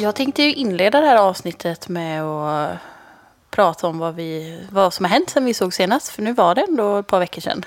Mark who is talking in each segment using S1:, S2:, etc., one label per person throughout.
S1: Jag tänkte ju inleda det här avsnittet med att prata om vad som har hänt sedan vi såg senast. För nu var det ändå ett par veckor sedan.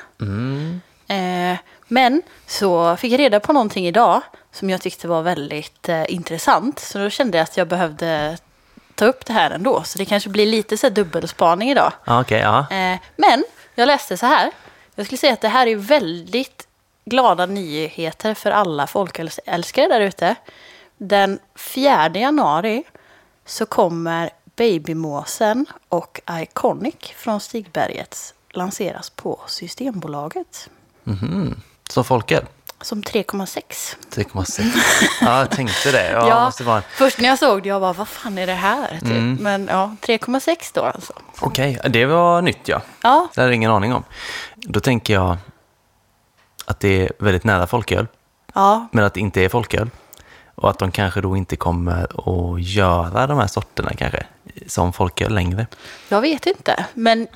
S1: Men så fick jag reda på någonting idag som jag tyckte var väldigt intressant. Så då kände jag att jag behövde ta upp det här ändå. Så det kanske blir lite så här dubbelspaning idag.
S2: Okej, ja.
S1: Men jag läste så här. Jag skulle säga att det här är väldigt glada nyheter för alla folkälskare där ute. Den 4 januari så kommer Babymåsen och Iconic från Stigbergets lanseras på Systembolaget.
S2: Som folköl?
S1: Som 3,6.
S2: 3,6. Ja, jag tänkte det. Ja,
S1: Ja,
S2: måste vara...
S1: först när jag såg det, jag bara, vad fan är det här? Typ. Men ja, 3,6 då alltså.
S2: Okej, det var nytt, ja.
S1: Ja,
S2: Det hade jag ingen aning om. Då tänker jag att det är väldigt nära folköl,
S1: ja.
S2: men att det inte är folköl. Och att de kanske då inte kommer att göra de här sorterna kanske som folköl längre.
S1: Jag vet inte, men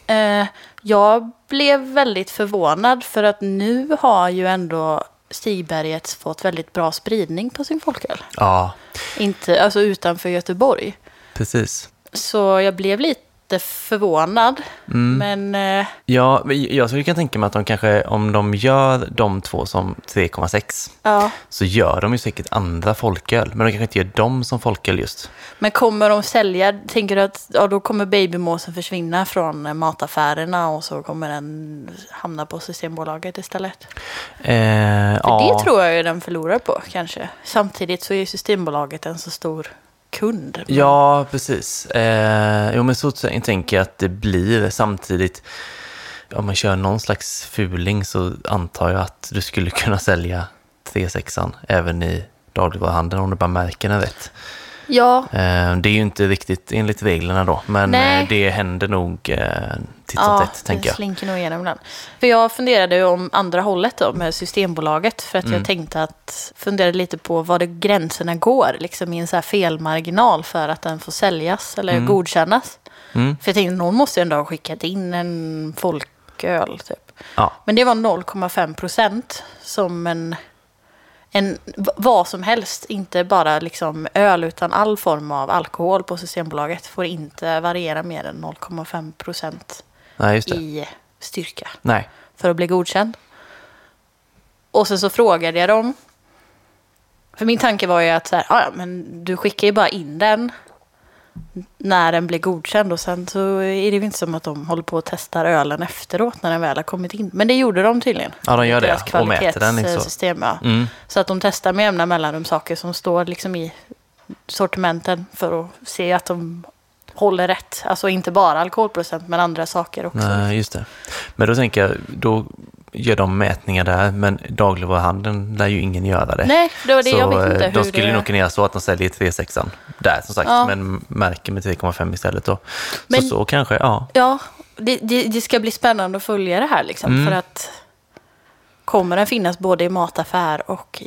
S1: jag blev väldigt förvånad för att nu har ju ändå Stigbergets fått väldigt bra spridning på sin folköl.
S2: Ja,
S1: Inte, alltså utanför Göteborg.
S2: precis.
S1: Så jag blev lite förvånad. Men
S2: Ja, jag skulle kunna tänka mig att de kanske, om de gör de två som 3,6
S1: ja.
S2: så gör de ju säkert andra folköl. Men de kanske inte gör dem som folköl just.
S1: Men kommer de sälja, tänker du att då kommer Babymåsen försvinna från mataffärerna och så kommer den hamna på Systembolaget istället? För det tror jag ju den förlorar på kanske. Samtidigt så är Systembolaget en så stor kund.
S2: Ja, precis. Jo, men så tänker jag att det blir samtidigt. Om man kör någon slags fuling så antar jag att du skulle kunna sälja 3,6an även i dagligvaruhandeln om du bara märker den rätt.
S1: Ja.
S2: Det är ju inte riktigt enligt reglerna då, men det händer nog titt som tätt, tänker jag.
S1: Ja, slinker nog igenom den. För jag funderade om andra hållet då, med Systembolaget, för att jag tänkte att funderade lite på var det gränserna går, liksom i en så här felmarginal för att den får säljas eller godkännas. För jag tänkte, någon måste ju ändå ha skickat in en folköl typ.
S2: Ja.
S1: Men det var 0,5% som en vad som helst, inte bara liksom öl utan all form av alkohol på Systembolaget får inte variera mer än 0,5%
S2: Nej, just det.
S1: i styrka
S2: Nej.
S1: för att bli godkänd. Och sen så frågade jag dem, för min tanke var ju att så här, ja, men du skickar ju bara in den när den blir godkänd och sen så är det ju inte som att de håller på att testa ölen efteråt när den väl har kommit in. Men det gjorde de tydligen.
S2: Ja, de gör det.
S1: Deras
S2: Och mäter den.
S1: kvalitetssystem, ja. Så att de testar med jämna mellanrum saker som står liksom i sortimenten för att se att de håller rätt. Alltså inte bara alkoholprocent men andra saker också.
S2: Nej, just det. Men då tänker jag, då gör de mätningar där, men dagligvaruhandeln lär ju ingen göra det.
S1: Nej, det var det
S2: så
S1: jag vet inte hur
S2: de skulle
S1: det
S2: nog kunna göra så att de säljer 3,6an där som sagt, men märker med 3,5 istället då.
S1: Men,
S2: så kanske, ja.
S1: Ja, det ska bli spännande att följa det här liksom, för att kommer den finnas både i mataffär och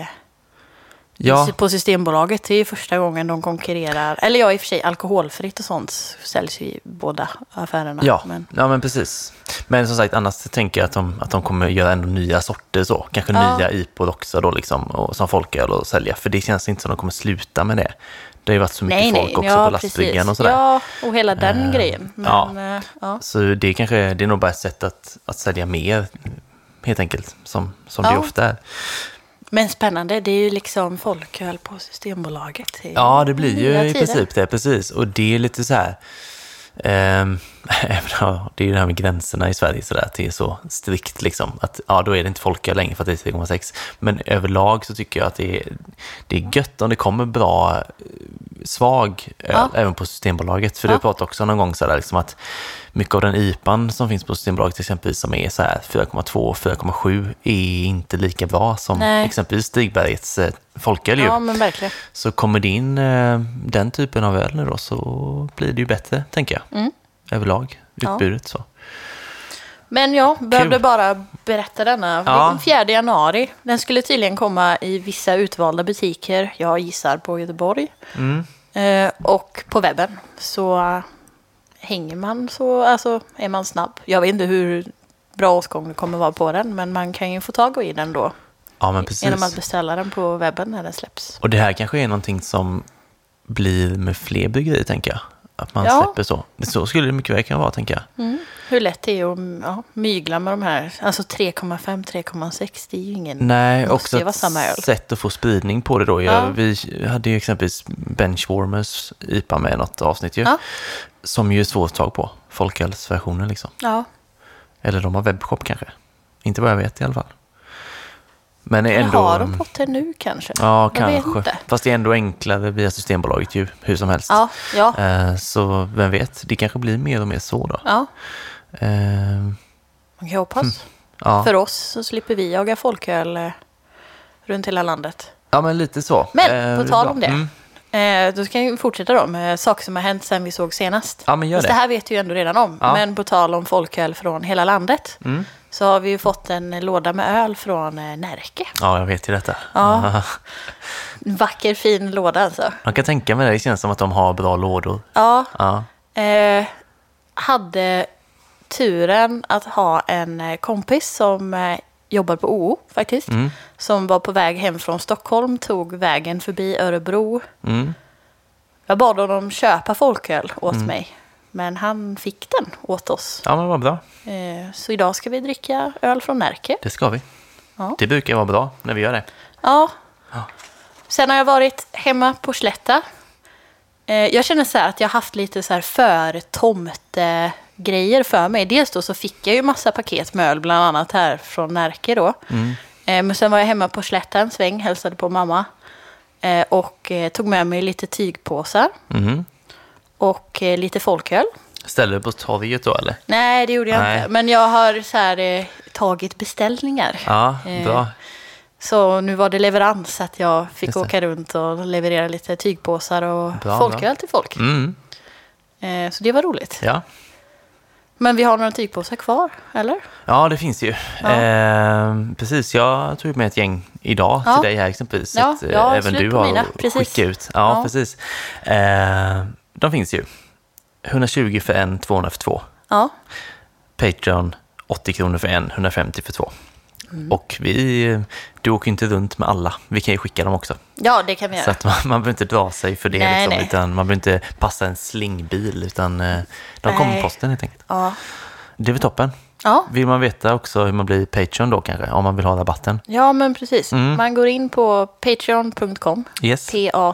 S1: på Systembolaget. Det är ju första gången de konkurrerar. Eller ja, i och för sig alkoholfritt och sånt säljs ju i båda affärerna.
S2: Ja, men precis. Men som sagt, annars tänker jag att de kommer göra ändå nya sorter så. Kanske nya IPOD också då liksom, och som folköl och sälja. För det känns inte som de kommer sluta med det. Det har ju varit så mycket folk också på lastbryggan och sådär.
S1: Ja, och hela den grejen. Men,
S2: Så det är nog bara ett sätt att sälja mer, helt enkelt, som det ofta är.
S1: Men spännande, det är ju liksom folköl på Systembolaget.
S2: Ja, det blir ju i princip det, precis. Och det är lite så här, det är ju det här med gränserna i Sverige så där, att det är så strikt liksom, att då är det inte folköl längre för att det är 3,6. Men överlag så tycker jag att det är gött om det kommer bra svag öl, även på Systembolaget. För du pratade också någon gång så där, liksom att mycket av den IPAn som finns på Systembolaget exempelvis som är så här 4,2, 4,7 är inte lika bra som exempelvis Stigbergets folköl.
S1: Ja, men verkligen.
S2: Så kommer det in den typen av öl nu då, så blir det ju bättre, tänker jag. Överlag, utbudet så.
S1: Men jag behövde bara berätta denna. Den 4 januari. Den skulle tydligen komma i vissa utvalda butiker. Jag gissar på Göteborg. Och på webben. Så hänger man så, alltså är man snabb. Jag vet inte hur bra åtgång det kommer vara på den. Men man kan ju få tag i den då.
S2: Ja, men precis.
S1: Genom att beställa den på webben när den släpps.
S2: Och det här kanske är någonting som blir med fler bryggerier, tänker jag. Att man släpper så. Så skulle det mycket väl kunna vara, tänker jag.
S1: Hur lätt det är att mygla med de här. Alltså 3,5, 3,6, det är ju ingen...
S2: Nej, också ett sätt att få spridning på det då. Vi hade ju exempelvis Benchwarmers IPA med något avsnitt ju. Ja. Som ju är svårt tag på. Folkölsversionen liksom. Ja. Eller de har webbshop kanske. Inte vad jag vet i alla fall. Men ändå...
S1: Har de fått det nu kanske?
S2: Ja, kanske. Fast det är ändå enklare via Systembolaget ju, hur som helst.
S1: Ja.
S2: Så vem vet, det kanske blir mer och mer så då.
S1: Ja. Man kan hoppas. Ja. För oss så slipper vi jaga folköl runt hela landet.
S2: Ja, men lite så.
S1: Men på tal om det. Då ska vi fortsätta då med saker som har hänt sen vi såg senast.
S2: Ja, men gör det.
S1: Det här vet vi ju ändå redan om. Ja. Men på tal om folköl från hela landet. Så har vi ju fått en låda med öl från Närke.
S2: Ja, jag vet ju detta.
S1: Ja. Vacker, fin låda alltså.
S2: Man kan tänka mig det känns som att de har bra lådor.
S1: Ja. Hade turen att ha en kompis som jobbar på OO faktiskt. Som var på väg hem från Stockholm, tog vägen förbi Örebro. Jag bad honom köpa folköl åt mig. Men han fick den åt oss.
S2: Ja, men vad bra.
S1: Så idag ska vi dricka öl från Närke.
S2: Det ska vi. Ja. Det brukar vara bra när vi gör det.
S1: Ja. Sen har jag varit hemma på Slätta. Jag känner så här att jag har haft lite så här för tomtegrejer för mig. Dels då så fick jag ju massa paket med öl, bland annat här från Närke då. Men sen var jag hemma på Slätta en sväng, hälsade på mamma. Och tog med mig lite tygpåsar. Och lite folköl.
S2: Ställer du på torget då, eller?
S1: Nej, det gjorde jag inte. Men jag har så här, tagit beställningar.
S2: Ja, bra.
S1: Så nu var det leverans att jag fick åka runt och leverera lite tygpåsar och folköl till folk. Så det var roligt.
S2: Ja.
S1: Men vi har några tygpåsar kvar, eller?
S2: Ja, det finns ju. Ja. Precis, jag tog med ett gäng idag till dig här exempelvis.
S1: Ja,
S2: även du har skickat ut. Ja, precis. De finns ju. 120 för en, 200 för två.
S1: Ja.
S2: Patreon, 80 kronor för en, 150 för två. Och du åker inte runt med alla. Vi kan ju skicka dem också.
S1: Ja, det kan vi göra.
S2: Så att man behöver inte dra sig för det. Nej. Utan man behöver inte passa en slingbil. Utan de kommer på posten helt enkelt.
S1: Ja.
S2: Det är väl toppen.
S1: Ja.
S2: Vill man veta också hur man blir Patreon då kanske? Om man vill ha rabatten.
S1: Ja, men precis. Man går in på patreon.com.
S2: Yes.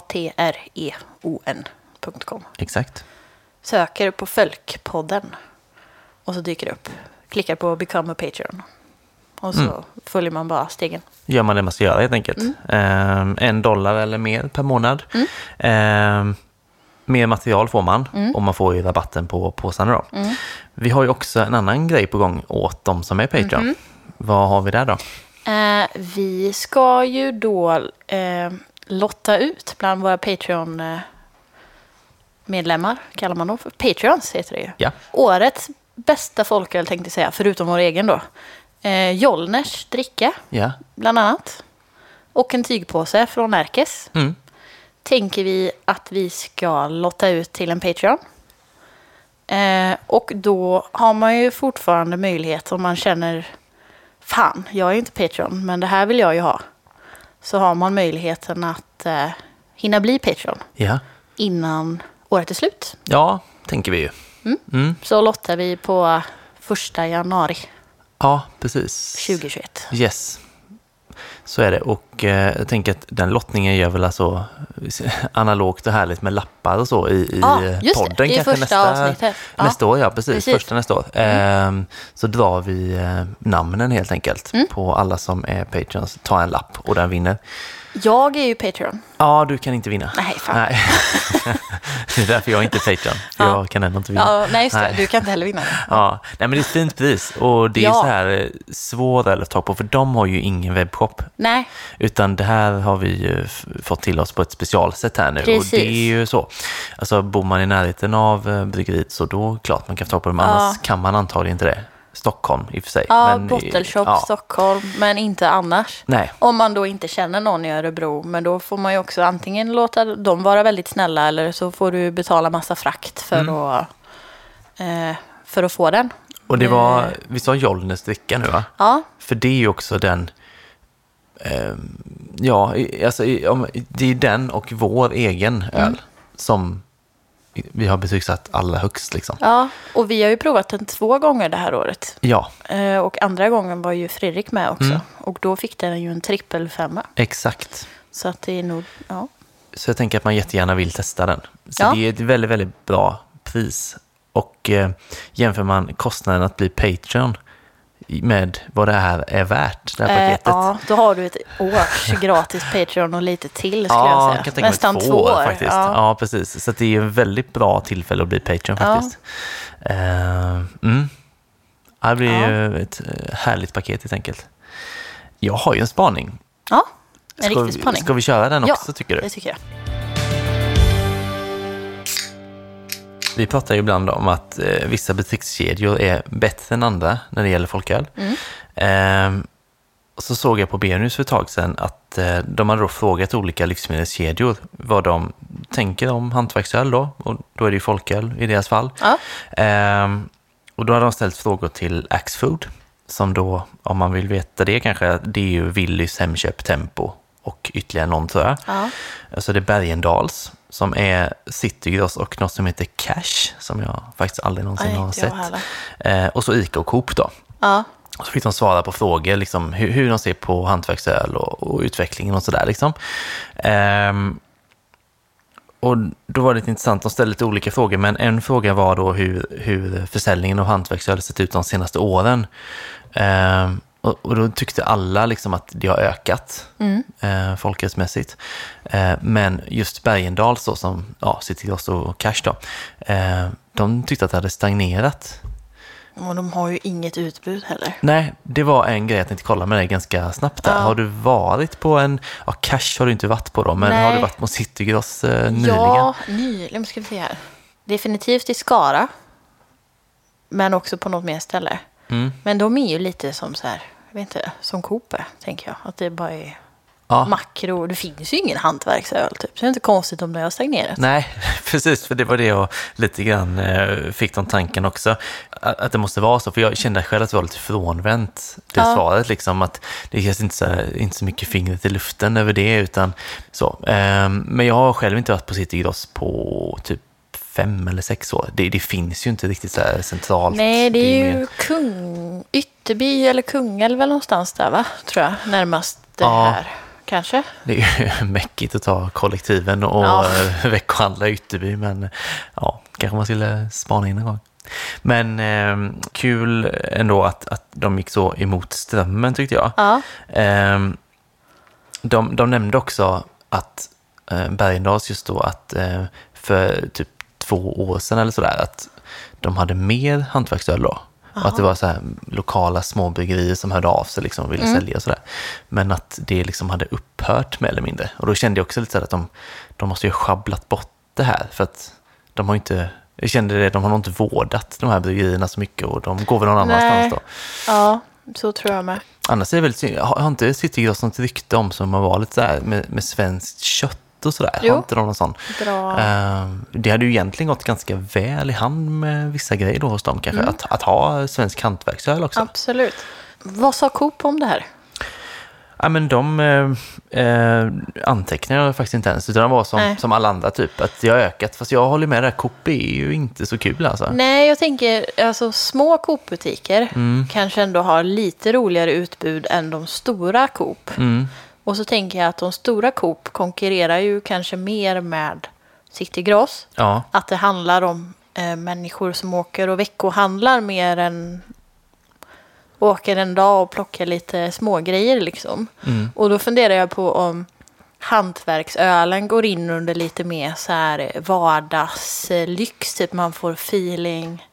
S1: patreon.com.
S2: Exakt.
S1: Söker på Folkpodden. Och så dyker det upp. Klickar på Become a Patreon. Och så följer man bara stegen.
S2: Gör man det man ska göra helt enkelt. $1 eller mer per månad. Mer material får man. Och man får ju rabatten på påsarna då. Vi har ju också en annan grej på gång åt de som är Patreon. Vad har vi där då?
S1: Vi ska ju då lotta ut bland våra Patreon-medlemmar. Kallar man dem för Patreons heter det ju.
S2: Ja.
S1: Årets bästa folköl tänkte jag säga, förutom vår egen då. Jollners dricka, bland annat. Och en tygpåse från Närkes. Tänker vi att vi ska lotta ut till en Patreon. Och då har man ju fortfarande möjlighet om man känner fan, jag är inte Patreon, men det här vill jag ju ha. Så har man möjligheten att hinna bli Patreon innan året är slut.
S2: Ja, tänker vi ju.
S1: Så lottar vi på 1 januari.
S2: Ja, precis.
S1: 2021.
S2: Yes. Så är det. Och jag tänker att den lottningen gör väl alltså analogt och härligt med lappar och så i podden.
S1: I
S2: kanske
S1: första avsnittet.
S2: Nästa år, precis. Första nästa år. Så drar vi namnen helt enkelt på alla som är Patreons. Ta en lapp och den vinner.
S1: Jag är ju Patreon.
S2: Ja, du kan inte vinna.
S1: Nej, fan.
S2: Nej. Det är därför jag inte är Patreon. För jag kan ändå inte vinna.
S1: Ja, nej, just det. Du kan inte heller vinna.
S2: Ja, nej, men det är ett fint pris. Och det är så här svårt att ta på. För de har ju ingen webbshop.
S1: Nej.
S2: Utan det här har vi ju fått till oss på ett specialsätt här nu.
S1: Precis.
S2: Och det är ju så. Alltså bor man i närheten av bryggeriet så då klart man kan få ta på dem. Annars kan man antagligen inte det. Stockholm i och för sig.
S1: Ja, Bottle Shop, Stockholm, men inte annars.
S2: Nej.
S1: Om man då inte känner någon i Örebro, men då får man ju också antingen låta dem vara väldigt snälla eller så får du betala massa frakt för att få den.
S2: Och det var, vi sa Jollners dricka nu va?
S1: Ja.
S2: För det är ju också den, alltså det är den och vår egen öl som vi har betygsatt allra högst. Liksom.
S1: Ja, och vi har ju provat den 2 gånger det här året.
S2: Ja.
S1: Och andra gången var ju Fredrik med också. Och då fick den ju en 5.
S2: Exakt.
S1: Så att det är nog, ja.
S2: Så jag tänker att man jättegärna vill testa den. Så det är ett väldigt, väldigt bra pris. Och jämför man kostnaden att bli Patreon med vad det här är värt, det här paketet.
S1: Ja, då har du ett års gratis Patreon och lite till, skulle jag säga.
S2: Kan tänka nästan 2 år faktiskt. Ja, precis. Så det är en väldigt bra tillfälle att bli Patreon faktiskt. Det blir ju ett härligt paket helt enkelt. Jag har ju en spaning.
S1: Ja, en riktig spaning.
S2: Ska vi köra den också, tycker du?
S1: Ja, det tycker jag.
S2: Vi pratar ju ibland om att vissa butikskedjor är bättre än andra när det gäller folköl. Så såg jag på Benus för ett tag sedan att de hade då frågat olika livsmedelskedjor vad de tänker om hantverksöl då. Och då är det ju folköl i deras fall.
S1: Ja.
S2: Och då hade de ställt frågor till Axfood. Som då, om man vill veta det kanske, det är ju Willys, Hemköp, Tempo och ytterligare någon, tror jag.
S1: Ja.
S2: Alltså det är Bergendals som är Citygross och något som heter Cash som jag faktiskt aldrig någonsin har sett. Och så Ica och Coop då.
S1: Ja.
S2: Och så fick de svara på frågor liksom, hur de ser på hantverksöl och utvecklingen och sådär. Liksom. Och då var det lite intressant, de ställde lite olika frågor, men en fråga var då hur försäljningen av hantverksöl sett ut de senaste åren. Och då tyckte alla liksom att det har ökat folkhälsomässigt. Men just Bergendals då, som Citygross och Cash då, de tyckte att det hade stagnerat.
S1: Och de har ju inget utbud heller.
S2: Nej, det var en grej att inte kolla med dig ganska snabbt där. Ja. Har du varit på Cash har du inte varit på då, men har du varit på Citygross nyligen?
S1: Ja, nyligen ska vi se här. Definitivt i Skara. Men också på något mer ställe. Men de är ju lite som så här, jag vet inte, som Coop, tänker jag. Att det bara är makro. Det finns ju ingen hantverksöl typ. Så det är inte konstigt om det har stagnerat.
S2: Nej, precis. För det var det jag lite grann fick de tanken också. Att det måste vara så. För jag kände själv att det var lite frånvänt det svaret. Liksom, att det känns inte så mycket fingret i luften över det. Utan så. Men jag har själv inte varit på Citygross på typ 5 eller 6 år. Det finns ju inte riktigt så här centralt.
S1: Nej, det är ju Ytterby eller Kungälv eller någonstans där, va? Tror jag. Närmast det här. Kanske. Det
S2: är ju mäckigt att ta kollektiven och veckohandla i Ytterby, men kanske man skulle spana in en gång. Men kul ändå att de gick så emot strömmen, tyckte jag.
S1: Ja.
S2: De nämnde också att Bergendals just då att för typ 2 år sedan eller sådär att de hade mer hantverksöl då. Och att det var så här lokala småbryggerier som hörde av sig liksom och ville sälja och sådär. Men att det liksom hade upphört mer eller mindre. Och då kände jag också lite så att de måste ju ha schabblat bort det här. För att de har inte, jag kände det, de har nog inte vårdat de här bryggerierna så mycket och de går väl någon annanstans då.
S1: Ja, så tror jag med.
S2: Annars är det väldigt synd. Har inte Citygross något rykte om som har varit lite så här med svenskt kött och sådär?
S1: Jo.
S2: Har inte de någon sån?
S1: Bra.
S2: Det hade ju egentligen gått ganska väl i hand med vissa grejer då hos dem kanske. Att ha svensk hantverksöl också.
S1: Absolut. Vad sa Coop om det här?
S2: Ja, men de antecknade faktiskt inte ens, utan de var som alla andra typ, att det har ökat. Fast jag håller med där, Coop är ju inte så kul alltså.
S1: Nej, jag tänker, alltså små Coop-butiker kanske ändå har lite roligare utbud än de stora Coop. Och så tänker jag att de stora Coop konkurrerar ju kanske mer med Citygross.
S2: Ja.
S1: Att det handlar om människor som åker och veckohandlar mer än åker en dag och plockar lite smågrejer liksom. Och då funderar jag på om hantverksölen går in under lite mer så här vardagslyx. Typ man får feeling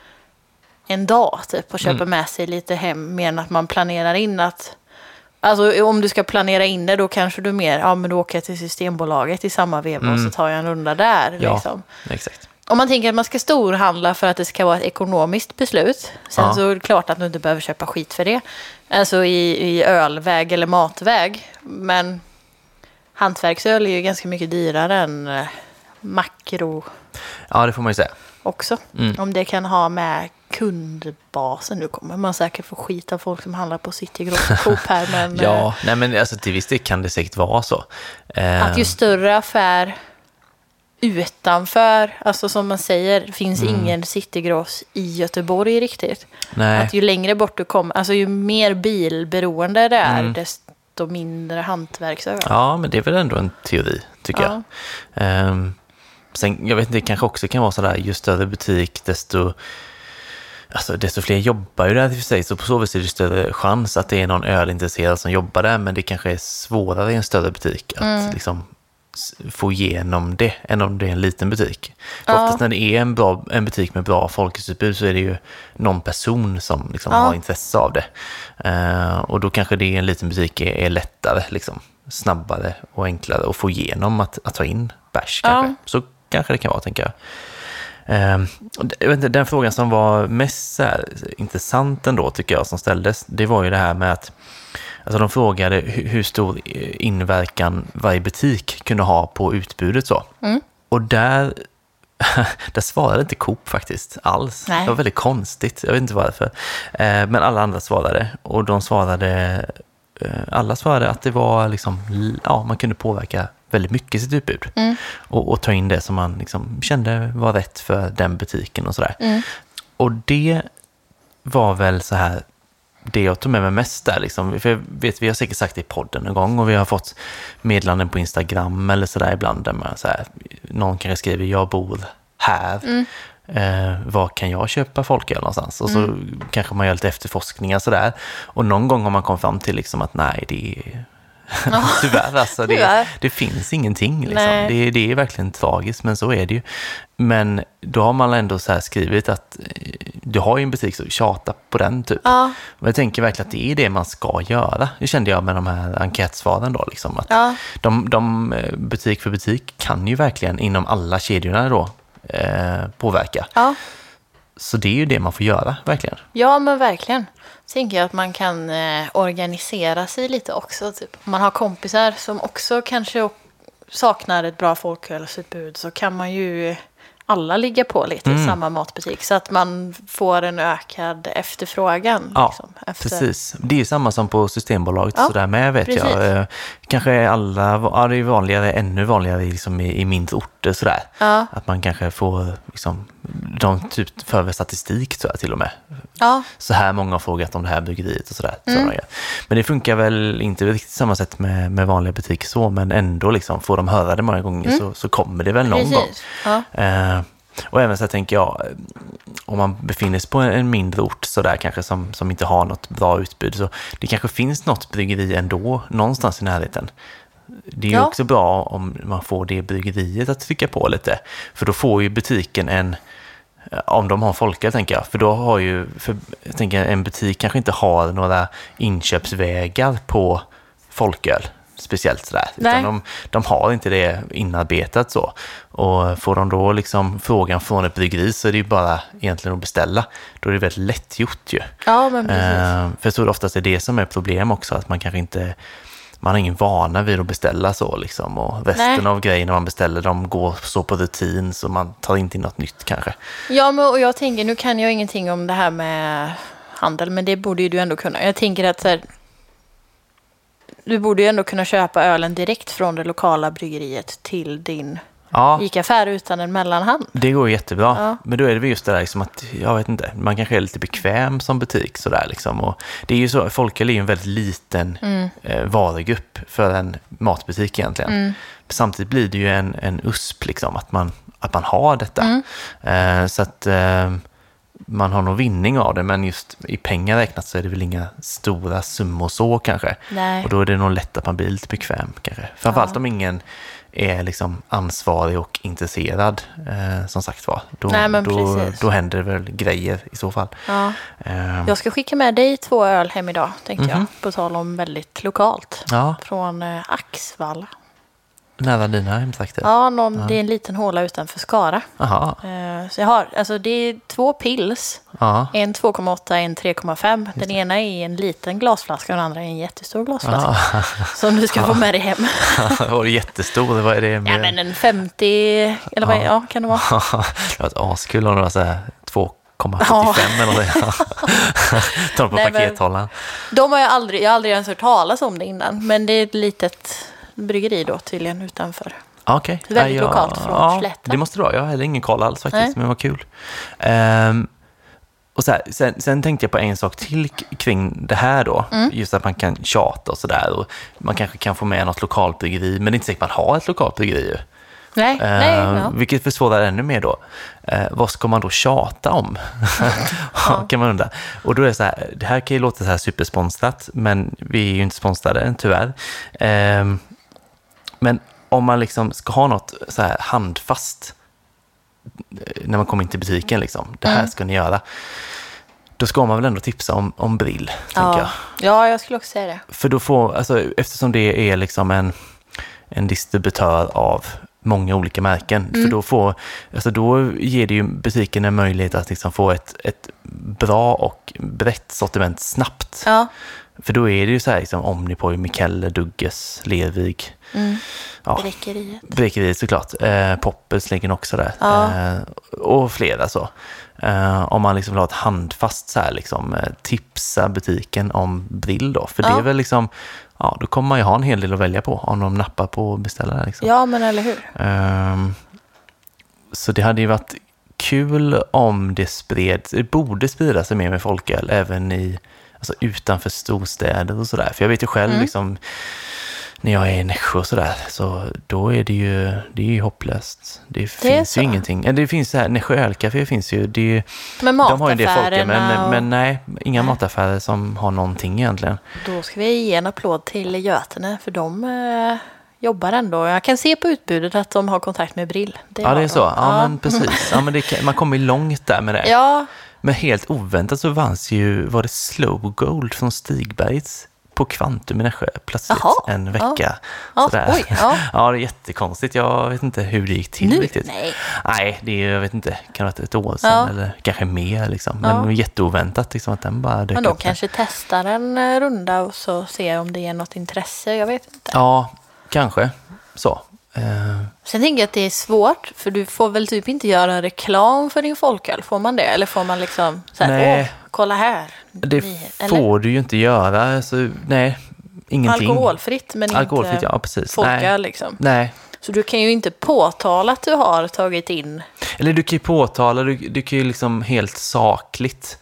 S1: en dag typ och köper med sig lite hem mer än att man planerar in att. Alltså om du ska planera in det då kanske du mer, men då åker jag till Systembolaget i samma veva och så tar jag en runda där.
S2: Ja,
S1: liksom.
S2: Exakt.
S1: Om man tänker att man ska storhandla för att det ska vara ett ekonomiskt beslut. Sen så är det klart att du inte behöver köpa skit för det. Alltså i ölväg eller matväg. Men hantverksöl är ju ganska mycket dyrare än makro.
S2: Ja, det får man ju säga.
S1: Också. Om det kan ha med kundbasen. Nu kommer man säkert få skit av folk som handlar på Citygross och Coop här. Men,
S2: ja, nej men alltså till viss del kan det säkert vara så.
S1: Att ju större affär, utanför, alltså som man säger, det finns ingen citygross i Göteborg riktigt.
S2: Nej.
S1: Att ju längre bort du kommer, alltså ju mer bilberoende det är, desto mindre hantverksöl.
S2: Ja, men det är väl ändå en teori, tycker jag. Sen, jag vet inte, det kanske också kan vara sådär, ju större butik, desto fler jobbar ju där i och för sig, så på så vis är det större chans att det är någon ölintresserad som jobbar där, men det kanske är svårare i en större butik att liksom få igenom det än om det är en liten butik. För oftast när det är en butik med bra folkhusutbud så är det ju någon person som liksom har intresse av det. Och då kanske det i en liten butik är lättare, liksom, snabbare och enklare att få igenom att ta in bärs kanske. Så kanske det kan vara, tänker jag. Jag vet inte, den frågan som var mest så här intressant ändå, tycker jag, som ställdes, det var ju det här med att alltså de frågade hur stor inverkan varje butik kunde ha på utbudet så. Och där svarade inte Coop faktiskt alls. Nej. Det var väldigt konstigt, jag vet inte varför. Men alla andra svarade, och alla svarade att det var liksom, man kunde påverka väldigt mycket sitt utbud. Och ta in det som man liksom kände var rätt för den butiken och sådär. Och det var väl så här, det jag tog med mig mest där liksom. För jag vet, vi har säkert sagt det i podden en gång, och vi har fått meddelanden på Instagram eller sådär ibland, där man så här, någon kanske skriver, jag bor här. Var kan jag köpa folköl någonstans? Och så kanske man gör lite efterforskningar sådär. Och någon gång har man kommit fram till liksom att nej, det är tyvärr, alltså det finns ingenting liksom. Det är verkligen tragiskt, men så är det ju. Men då har man ändå så här skrivit att du har ju en butik, så tjata på den typ. Och jag tänker verkligen att det är det man ska göra. Det kände jag med de här enkätsvaren då liksom, att de butik för butik kan ju verkligen inom alla kedjorna då påverka. Så det är ju det man får göra, verkligen.
S1: Ja, men verkligen. Tänker jag att man kan organisera sig lite också. Typ. Om man har kompisar som också kanske saknar ett bra folkölsutbud, så kan man ju alla ligga på lite i samma matbutik, så att man får en ökad efterfrågan.
S2: Ja, liksom, precis. Det är samma som på Systembolaget så där med, vet precis. Jag. Kanske alla, det är vanligare, ännu vanligare liksom i mindre orter sådär. Att man kanske får liksom, de typ för statistik tror jag till och med. Så här många har frågat om det här bryggeriet och sådär. Men det funkar väl inte riktigt samma sätt med vanliga butiker så, men ändå liksom, får de höra det många gånger så kommer det väl någon gång. Och även så tänker jag, om man befinner sig på en mindre ort så där kanske som inte har något bra utbud, så det kanske finns något bryggeri ändå någonstans i närheten. Det är ju också bra om man får det bryggeriet att trycka på lite, för då får ju butiken om de har folköl, tänker jag, för då har ju, jag tänker, en butik kanske inte har några inköpsvägar på folköl speciellt sådär, utan de har inte det inarbetat så, och får de då liksom frågan från ett bryggeri, så är det ju bara egentligen att beställa, då är det väldigt lätt gjort ju.
S1: Men precis.
S2: För jag tror oftast är det som är problem också, att man kanske inte, man har ingen vana vid att beställa så liksom, och resten av grejerna man beställer, de går så på rutin, så man tar inte in något nytt kanske.
S1: Och jag tänker, nu kan jag ingenting om det här med handel, men det borde ju du ändå kunna. Jag tänker att så här, du borde ju ändå kunna köpa ölen direkt från det lokala bryggeriet till din ICA-affär utan en mellanhand. Det går jättebra.
S2: Men då är det väl just det där liksom, att, jag vet inte, man kanske är lite bekväm som butik sådär liksom. Och det är ju så, folköl är ju en väldigt liten varugrupp för en matbutik egentligen. Samtidigt blir det ju en USP liksom, att man har detta. Så att man har någon vinning av det, men just i pengar räknat så är det väl inga stora summor så kanske.
S1: Nej.
S2: Och då är det nog lätt att man blir lite bekväm kanske. Framförallt om ingen är liksom ansvarig och intresserad, som sagt var. Då händer det väl grejer i så fall.
S1: Jag ska skicka med dig 2 öl hem idag, tänkte jag. På tal om väldigt lokalt. Från Axvalla.
S2: Nära dina hemtrakter?
S1: Det är en liten håla utanför Skara. Så jag har, alltså det är 2 pils. En 2,8, en 3,5. Den ena är en liten glasflaska och den andra är en jättestor glasflaska. Som du ska få med dig hem.
S2: Var det jättestor? Vad är det med?
S1: Ja, men en 50, eller vad kan det vara?
S2: Det var ett askul om det var så här 2,75 eller det. Ta på pakethållaren.
S1: De har jag aldrig ens hört talas om det innan. Men det är ett litet bryggeri då tydligen utanför.
S2: Okay.
S1: Väldigt lokalt från Slätta.
S2: Det måste det vara. Jag har heller ingen koll alls faktiskt, men vad kul. Och så här, sen tänkte jag på en sak till kring det här då. Just att man kan tjata och sådär. Och man kanske kan få med något lokalbryggeri, men det är inte säkert att man har ett lokalbryggeri ju.
S1: Nej.
S2: Vilket försvårar ännu mer då. Vad ska man då tjata om? Kan man undra. Och då är det så här, det här kan ju låta så här supersponsrat, men vi är ju inte sponsrade än, tyvärr. Men om man liksom ska ha något så här handfast när man kommer in till butiken liksom, det här ska ni göra, då ska man väl ändå tipsa om Brill, tänker jag.
S1: Ja, jag skulle också säga det.
S2: För då får, alltså, eftersom det är liksom en distributör av många olika märken, för då ger det ju butiken en möjlighet att liksom få ett bra och brett sortiment snabbt.
S1: Ja.
S2: För då är det ju så här liksom Omnipoj, Mikelle, Dugges, Lervig. Brekeriet såklart. Poppels ligger också där. Och flera så. Om man liksom vill ha ett handfast så här liksom, tipsa butiken om Brill då. För det är väl liksom, då kommer man ju ha en hel del att välja på om de nappar på beställare. Liksom.
S1: Ja, men eller hur?
S2: Så det hade ju varit kul om det borde sprida sig mer med folköl även alltså utanför storstäder och sådär. För jag vet ju själv liksom, när jag är i Nässjö och sådär, så då är det är ju hopplöst. Det finns ju ingenting. Det finns så här, Nässjö ölcafé finns ju. De har ju det folket, men nej, inga mataffärer som har någonting egentligen.
S1: Då ska vi ge en applåd till Götene, för de jobbar ändå. Jag kan se på utbudet att de har kontakt med Brill.
S2: Det är så. Ja, men precis. Ja, men man kommer ju långt där med det.
S1: Ja.
S2: Men helt oväntat så var det Slow Gold från Stigbergs på Kvantum i Nässjö plötsligt en vecka.
S1: Oj,
S2: ja, det är jättekonstigt. Jag vet inte hur det gick till riktigt. Nej, det är, jag vet inte, kan det ha varit ett år sedan eller kanske mer liksom. Men det var jätteoväntat liksom, att den bara dök upp.
S1: Men de kanske testar en runda och så ser om det är något intresse, jag vet inte.
S2: Ja, kanske så.
S1: Sen tänker jag att det är svårt, för du får väl typ inte göra reklam för din folköl, får man det? Eller får man liksom så här, kolla här.
S2: Det får du ju inte göra, alltså, nej, ingenting.
S1: Alkoholfritt, men inte
S2: precis.
S1: folköl liksom.
S2: Nej.
S1: Så du kan ju inte påtala att du har tagit in.
S2: Eller du kan ju påtala, du kan ju liksom helt sakligt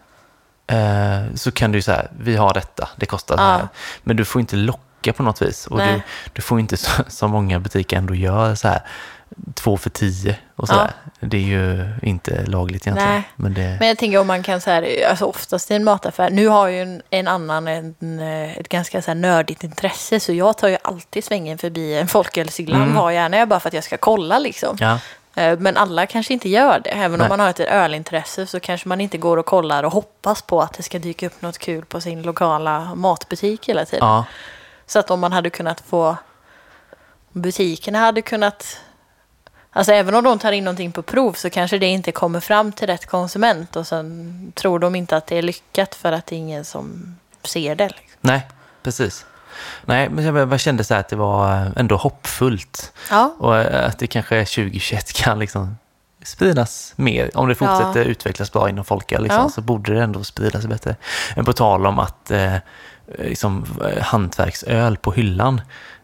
S2: så kan du ju säga, vi har detta, det kostar det här. Men du får inte locka på något vis. Och du får inte så många butiker ändå gör så här 2 för 10 och sådär. Det är ju inte lagligt egentligen.
S1: Men jag tänker om man kan så här, alltså oftast i en mataffär, nu har ju en annan ett ganska så här nördigt intresse, så jag tar ju alltid svängen förbi en folkölsiglan, har gärna bara för att jag ska kolla liksom. Ja. Men alla kanske inte gör det. Även om man har ett ölintresse så kanske man inte går och kollar och hoppas på att det ska dyka upp något kul på sin lokala matbutik hela tiden. Ja. Så att om man hade kunnat få, butikerna hade kunnat, alltså även om de tar in någonting på prov så kanske det inte kommer fram till rätt konsument och sen tror de inte att det är lyckat för att det är ingen som ser det. Liksom.
S2: Nej, precis. Nej, men jag kände så här att det var ändå hoppfullt. Ja. Och att det kanske 2021 kan liksom spridas mer. Om det fortsätter utvecklas bra inom folköl liksom, så borde det ändå spridas bättre. Men på tal om att liksom, hantverksöl på hyllan,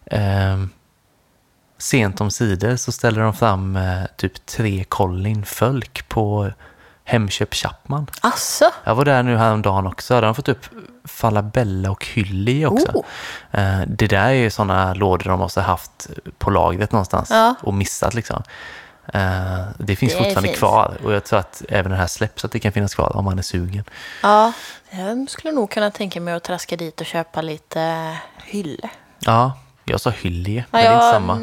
S2: sent om sidor så ställer de fram typ 3 Colin Fölk på Hemköp Chapman.
S1: Asså?
S2: Jag var där nu häromdagen också. De har fått upp Falabella och Hylli också. Det där är ju sådana lådor de måste ha haft på lagret någonstans och missat liksom. Det finns fortfarande kvar och jag tror att även det här släpps, att det kan finnas kvar om man är sugen. Ja,
S1: jag skulle nog kunna tänka mig att traska dit och köpa lite Hylle.
S2: Ja, jag sa Hyllie, men det är inte samma.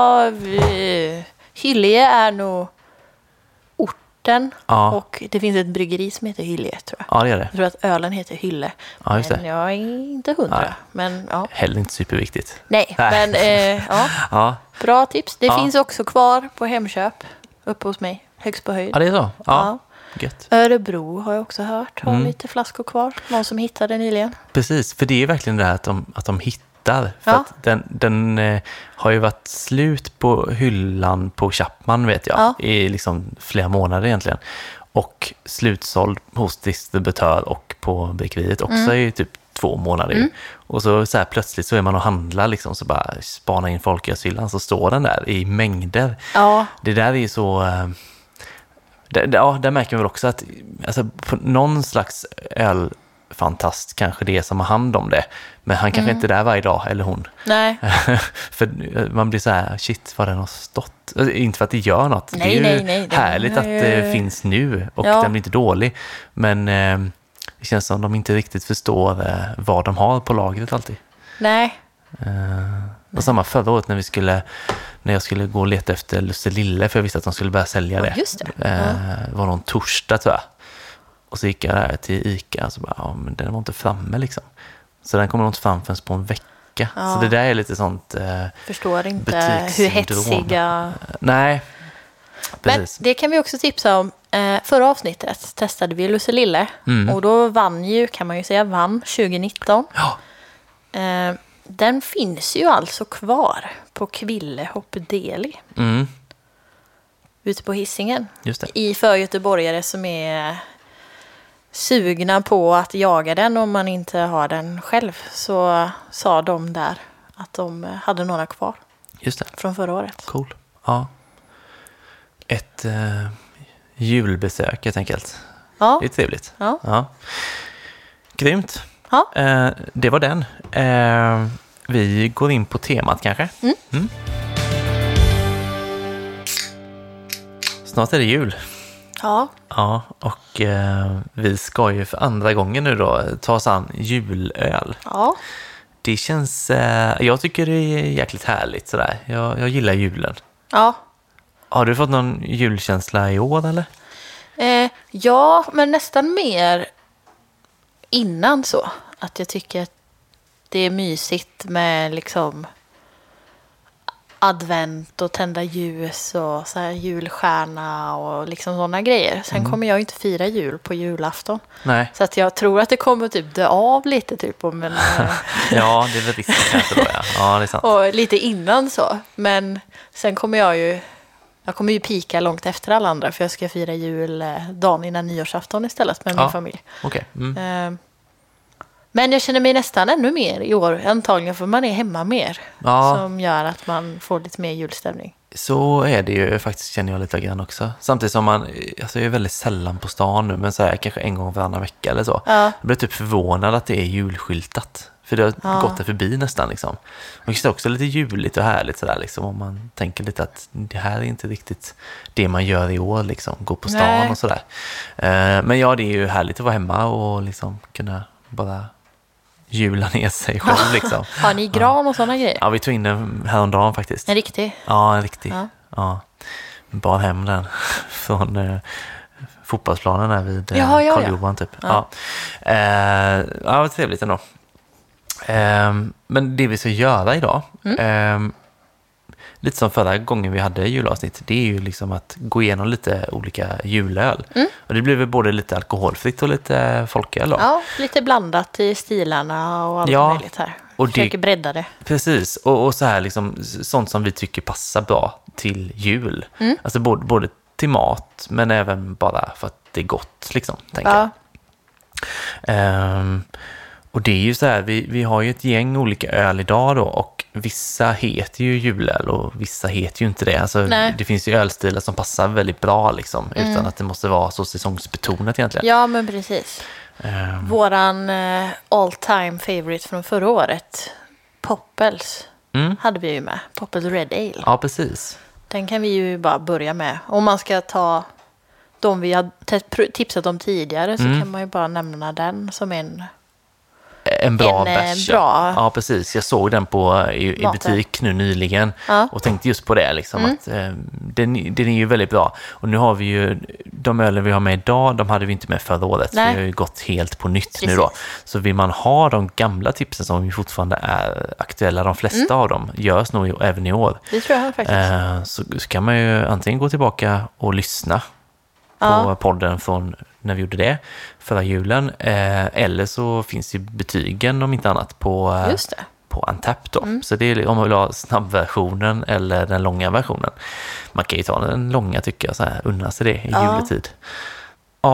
S1: Hyllie är nog orten och det finns ett bryggeri som heter Hyllie, tror jag.
S2: Ja, det är det.
S1: Jag tror att ölen heter Hylle.
S2: Ja, just det.
S1: Men jag är inte 100. Men,
S2: heller inte superviktigt.
S1: Nej. Men bra tips. Det finns också kvar på Hemköp uppe hos mig, högst på höjd.
S2: Ja, det är så. Ja. Gött.
S1: Örebro har jag också hört. Har lite flaskor kvar. Någon som hittade nyligen.
S2: Precis, för det är verkligen det här att de hittar. För att den har ju varit slut på hyllan på Chapman, vet jag. I liksom flera månader egentligen. Och slutsåld hos distributör och på bryggeriet också i typ 2 månader. Och så här plötsligt så är man och handlar liksom, så bara spana in folkölshyllan, så står den där i mängder.
S1: Ja.
S2: Det där är så... där märker man väl också att alltså, på någon slags ölfantast kanske det är som har hand om det. Men han kanske inte är där varje dag, eller hon.
S1: Nej.
S2: För man blir så här, shit, vad den har stått. Inte för att det gör något.
S1: Nej,
S2: det är ju
S1: nej.
S2: härligt att det finns nu och den blir inte dålig. Men det känns som de inte riktigt förstår vad de har på lagret alltid.
S1: Nej.
S2: Och samma förra året när jag skulle gå och leta efter Lusselille, för jag visste att de skulle börja sälja det.
S1: Just det.
S2: Var någon torsdag, tror jag. Och så gick jag där till Ica och så bara, men den var inte framme liksom. Så den kommer nog inte fram förrän på en vecka. Så det där är lite sånt
S1: förstår inte hur hetsiga...
S2: Nej, precis.
S1: Men det kan vi också tipsa om. Förra avsnittet testade vi Lusselille. Och då kan man ju säga, vann 2019.
S2: Ja.
S1: Den finns ju alltså kvar på Kville Hoppedeli. Ute på Hisingen.
S2: Just det.
S1: I för göteborgare som är sugna på att jaga den om man inte har den själv, så sa de där att de hade några kvar.
S2: Just det.
S1: Från förra året.
S2: Cool. Ja. Ett julbesök helt enkelt.
S1: Ja.
S2: Det är trevligt.
S1: Ja.
S2: Grymt.
S1: Ja.
S2: Det var den. Vi går in på temat kanske. Snart är det jul.
S1: Ja.
S2: Ja, och vi ska ju för andra gången nu då ta oss an julöl.
S1: Ja.
S2: Det känns, jag tycker det är jäkligt härligt sådär. Jag gillar julen.
S1: Ja.
S2: Har du fått någon julkänsla i år eller?
S1: Ja, men nästan mer innan så. Att jag tycker att det är mysigt med liksom advent och tända ljus och så här julstjärna och liksom sådana grejer. Sen kommer jag ju inte fira jul på julafton.
S2: Nej.
S1: Så att jag tror att det kommer typ dö av lite typ. Men,
S2: ja, det är väl riktigt kanske då, ja. Ja, det är sant.
S1: Och lite innan så. Men sen kommer jag kommer ju pika långt efter alla andra, för jag ska fira jul dagen innan nyårsafton istället med min familj.
S2: Okay.
S1: Men jag känner mig nästan ännu mer i år, antagligen för man är hemma mer.
S2: Ja.
S1: Som gör att man får lite mer julstämning.
S2: Så är det ju faktiskt, känner jag lite grann också. Samtidigt som jag är väldigt sällan på stan nu, men så här, kanske en gång varannan vecka eller så.
S1: Ja.
S2: Jag blir typ förvånad att det är julskyltat. För det har gått det förbi nästan liksom. Och det är också lite juligt och härligt sådär liksom. Om man tänker lite att det här är inte riktigt det man gör i år liksom. Gå på stan och sådär. Men ja, det är ju härligt att vara hemma och liksom kunna bara jula ner sig själv liksom.
S1: Har ni gran och sådana grejer?
S2: Ja, vi tog in den häromdagen faktiskt.
S1: En riktig?
S2: Ja, en riktig. Ja. Bar hem den från fotbollsplanen här vid Karl Johan typ. Ja, vad trevligt ändå. Men det vi ska göra idag, lite som förra gången vi hade julavsnitt, det är ju liksom att gå igenom lite olika julöl. Och det blir väl både lite alkoholfritt och lite folköl då.
S1: Ja, lite blandat i stilarna och allt möjligt här.
S2: Och
S1: försöker bredda det.
S2: Precis, och så här liksom, sånt som vi tycker passar bra till jul. Alltså både till mat, men även bara för att det är gott liksom, tänker jag. Och det är ju så här, vi har ju ett gäng olika öl idag då, och vissa heter ju julöl och vissa heter ju inte det. Alltså, det finns ju ölstilar som passar väldigt bra liksom, utan att det måste vara så säsongsbetonat egentligen.
S1: Ja, men precis. Våran all time favorite från förra året, Poppels, hade vi ju med. Poppels Red Ale.
S2: Ja, precis.
S1: Den kan vi ju bara börja med. Om man ska ta de vi har tipsat om tidigare, så kan man ju bara nämna den som
S2: en bra bärs. Ja, precis. Jag såg den i butik nu nyligen och tänkte just på det liksom, att den är ju väldigt bra. Och nu har vi ju de ölen vi har med idag, de hade vi inte med förra året.
S1: Nej.
S2: Vi har ju gått helt på nytt nu då. Så vill man ha de gamla tipsen som ju fortfarande är aktuella, de flesta av dem görs nog även i år.
S1: Det tror jag faktiskt.
S2: Så kan man ju antingen gå tillbaka och lyssna på podden från när vi gjorde det förra julen, eller så finns ju betygen om inte annat på Untappd då. Så det är om man vill ha snabbversionen eller den långa versionen. Man kan ju ta den långa, tycker jag, så här, unna sig det i juletid. Ja,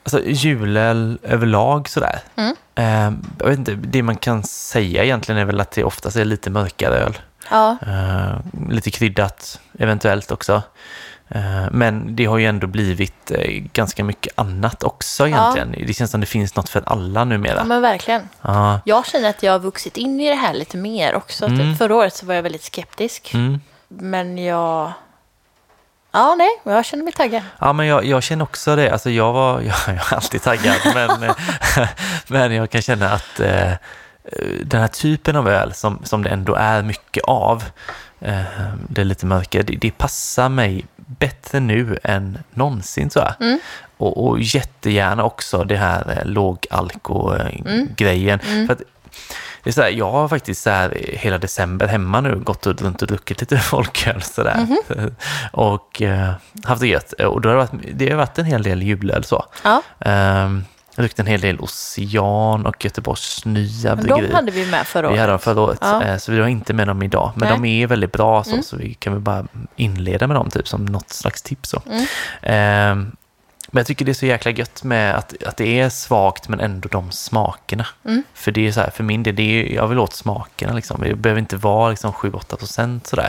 S2: Alltså julöl överlag sådär. Jag vet inte, det man kan säga egentligen är väl att det oftast är lite mörkare öl.
S1: Ja.
S2: Lite kryddat eventuellt också. Men det har ju ändå blivit ganska mycket annat också egentligen. Det känns som det finns något för alla numera.
S1: Ja, men verkligen.
S2: Ja.
S1: Jag känner att jag har vuxit in i det här lite mer också. Förra året så var jag väldigt skeptisk. Men jag känner mig taggad.
S2: Ja, men jag känner också det. Alltså jag är alltid taggad. men jag kan känna att den här typen av öl som det ändå är mycket av, det är lite mörkare, det passar mig bättre nu än någonsin så här. Och jättegärna också det här lågalko-grejen. För att det är så här, jag har faktiskt så här hela december hemma nu gått runt och druckit lite folköl så där. Och haft det gött. Och då har det har varit en hel del julöl så.
S1: Ja.
S2: Jag druckit en hel del Ocean och Göteborgs nya bryggeri.
S1: De hade vi med förra året.
S2: Vi hade dem förra året, så vi har inte med dem idag. Men de är väldigt bra så vi kan väl bara inleda med dem typ som något slags tips. Så. Men jag tycker det är så jäkla gött med att det är svagt men ändå de smakerna. För det är så här, för min del, jag vill åt smakerna liksom. Det behöver inte vara liksom 7-8% sådär.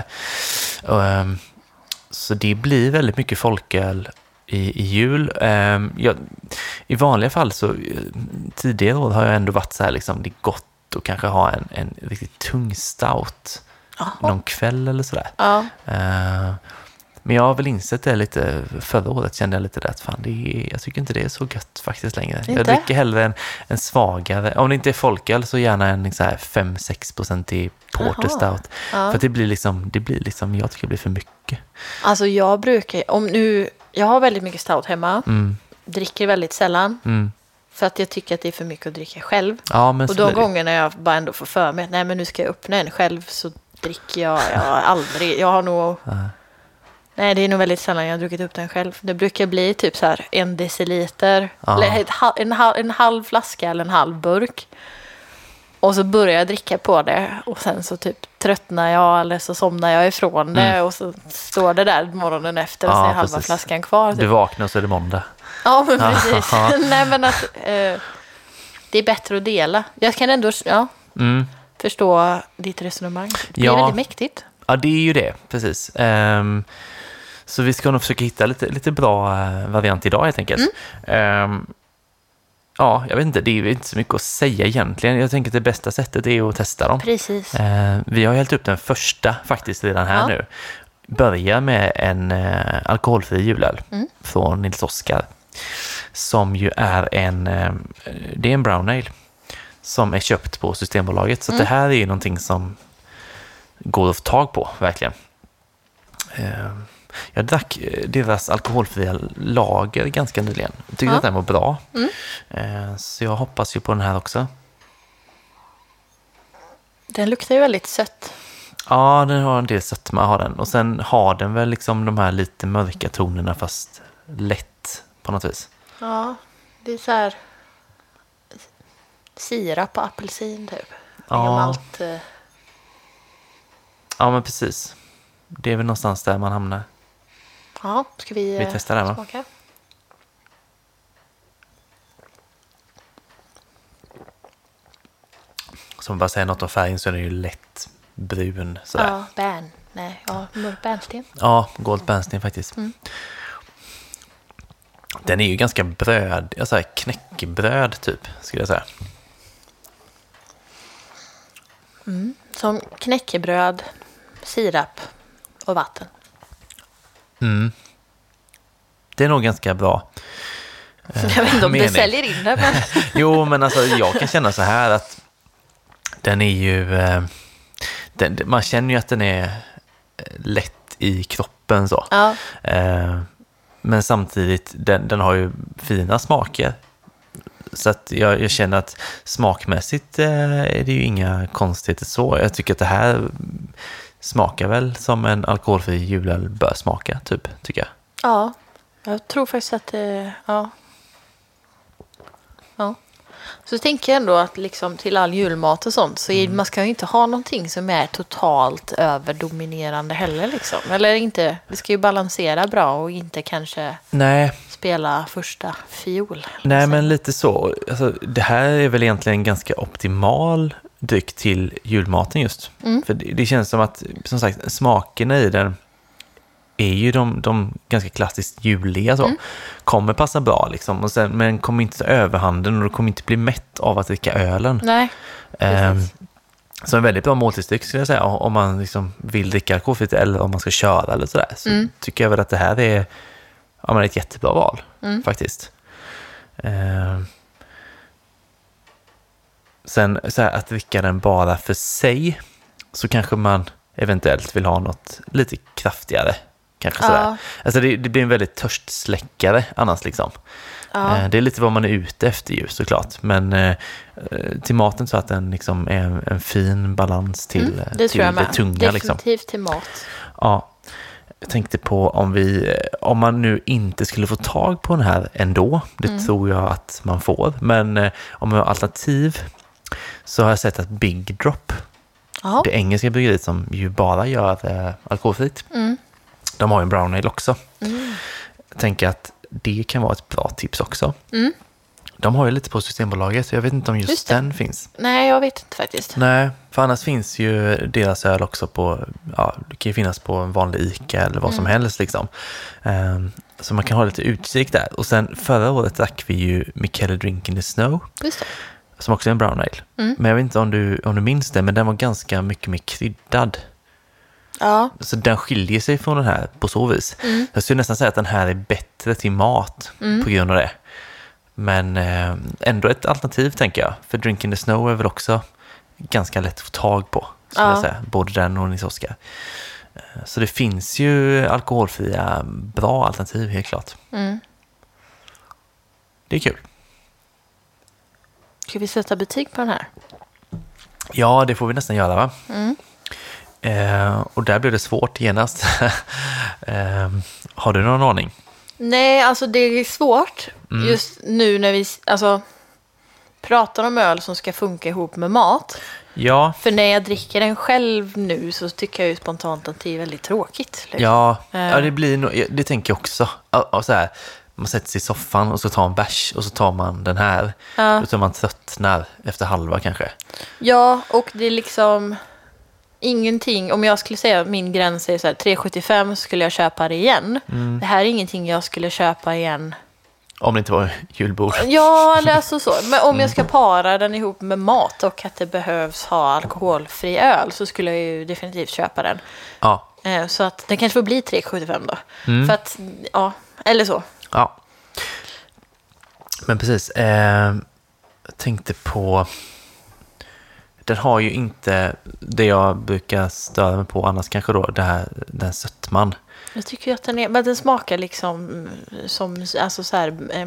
S2: Så det blir väldigt mycket folköl i jul. I vanliga fall så tidigare år har jag ändå varit så här liksom, det är gott att kanske ha en riktigt tung stout någon kväll eller sådär. Men jag har väl insett det lite, förra året kände jag lite det att jag tycker inte det är så gött faktiskt längre. Inte? Jag dricker hellre en svagare, om det inte är folköl så gärna en så här 5-6% i porter stout. För att det blir liksom, jag tycker det blir för mycket.
S1: Alltså jag har väldigt mycket stout hemma. Dricker väldigt sällan. För att jag tycker att det är för mycket att dricka själv.
S2: Ja, men
S1: och de gångerna jag bara ändå får för mig att nej men nu ska jag öppna en själv så dricker jag aldrig. Jag har nog... Nej, det är nog väldigt sällan jag har druckit upp den själv. Det brukar bli typ så här 1 deciliter. Eller en halv flaska eller en halv burk. Och så börjar jag dricka på det. Och sen så typ tröttnar jag eller så somnar jag ifrån det. Och så står det där morgonen efter och så är halva flaskan kvar. Typ.
S2: Du vaknar och så är det måndag.
S1: Ja, men precis. Nej, men att det är bättre att dela. Jag kan ändå förstå ditt resonemang. Det är väldigt mäktigt.
S2: Ja, det är ju det, precis. Så vi ska nog försöka hitta lite bra variant idag helt enkelt. Ja, jag vet inte, det är inte så mycket att säga egentligen. Jag tänker att det bästa sättet är att testa dem.
S1: Precis.
S2: Vi har helt upp den första faktiskt redan här nu. Börjar med en alkoholfri julöl från Nils Oskar. Som ju är det är en brown ale som är köpt på Systembolaget. Så det här är ju någonting som går att få tag på, verkligen. Jag drack deras alkoholfria lager ganska nyligen. Jag tyckte att den var bra. Så jag hoppas ju på den här också.
S1: Den luktar ju väldigt sött.
S2: Ja, den har en del sötma, har den. Och sen har den väl liksom de här lite mörka tonerna fast lätt på något vis. Ja,
S1: det är så här sirap på apelsin typ.
S2: Ja. Ja, men precis. Det är väl någonstans där man hamnar.
S1: Ja, ska vi
S2: testar den, va?
S1: Smaka?
S2: Som bara säger något om färgen så är den ju lätt brun. Sådär.
S1: Ja, mörk bärnsten.
S2: Ja, gold bärnsten faktiskt. Den är ju ganska knäckebröd typ, skulle jag säga.
S1: Som knäckebröd, sirap och vatten.
S2: Det är nog ganska bra.
S1: Jag vet inte om det säljer in det. Men...
S2: Jo, men alltså jag kan känna så här att den är ju... man känner ju att den är lätt i kroppen så.
S1: Ja.
S2: Men samtidigt, den har ju fina smaker. Så att jag känner att smakmässigt är det ju inga konstigheter så. Jag tycker att det här smakar väl som en alkoholfri julöl bör smaka, tycker jag.
S1: Ja, jag tror faktiskt att ja. Så tänker jag ändå att liksom till all julmat och sånt så man ska ju inte ha någonting som är totalt överdominerande heller liksom. Eller inte, det ska ju balansera bra och inte kanske spela första fiol.
S2: Nej, men lite så. Alltså, det här är väl egentligen en ganska optimal dryck till julmaten just. För det känns som att, som sagt, smakerna i den är ju de ganska klassiskt juliga så. Kommer passa bra liksom. Och sen, men kommer inte ta överhanden och du kommer inte bli mätt av att dricka ölen.
S1: Nej,
S2: så en väldigt bra måltidsdryck skulle jag säga. Om man liksom vill dricka alkoholfritt eller om man ska köra eller sådär. Så tycker jag väl att det här är ett jättebra val faktiskt. Sen så här, att dricka den bara för sig så kanske man eventuellt vill ha något lite kraftigare. Kanske sådär. Alltså det blir en väldigt törstsläckare annars liksom. Det är lite vad man är ute efter ju såklart. Men till maten så att den liksom är en fin balans till det tunga.
S1: Definitivt liksom. Till mat.
S2: Ja. Jag tänkte på om man nu inte skulle få tag på den här ändå. Det tror jag att man får. Men om man har alternativ så har jag sett att Big Drop, det engelska bryggeriet som ju bara gör alkoholfritt. De har ju en brown ale också. Jag tänker att det kan vara ett bra tips också. De har ju lite på Systembolaget, så jag vet inte om just den finns.
S1: Nej, jag vet inte faktiskt.
S2: Nej, för annars finns ju deras öl också på, det kan ju finnas på en vanlig Ica eller vad som helst liksom. Så man kan ha lite utkik där. Och sen förra året drack vi ju Mikkeller Drink in the Snow.
S1: Just det.
S2: Som också är en brown ale. Men jag vet inte om du minns det, men den var ganska mycket mer kryddad.
S1: Ja.
S2: Så den skiljer sig från den här på så vis. Jag skulle nästan säga att den här är bättre till mat på grund av det. Men ändå ett alternativ tänker jag. För Drink in the Snow är väl också ganska lätt att få tag på. Skulle jag säga. Både den och Nils Oskar. Så det finns ju alkoholfria bra alternativ helt klart. Det är kul.
S1: Ska vi sätta betyg på den här?
S2: Ja, det får vi nästan göra va? Och där blev det svårt genast. Har du någon aning?
S1: Nej, alltså det är svårt just nu när vi pratar om öl som ska funka ihop med mat.
S2: Ja.
S1: För när jag dricker den själv nu så tycker jag ju spontant att det är väldigt tråkigt. Liksom.
S2: Ja, det blir det tänker jag också. Så här, man sätter sig i soffan och så tar en bärs och så tar man den här. Då tror man tröttnar efter halva kanske. Ja,
S1: och det är liksom ingenting. Om jag skulle säga att min gräns är så här, 3,75 skulle jag köpa det igen. Det här är ingenting jag skulle köpa igen.
S2: Om det inte var julbord.
S1: Ja, det är så. Men om jag ska para den ihop med mat och att det behövs ha alkoholfri öl så skulle jag ju definitivt köpa den.
S2: Ja.
S1: Så att den kanske får bli 3,75 då. För att, eller så.
S2: Ja. Men precis. Jag tänkte på... Den har ju inte det jag brukar störa mig på annars kanske då, den sötman.
S1: Jag tycker ju att den smakar liksom som alltså så här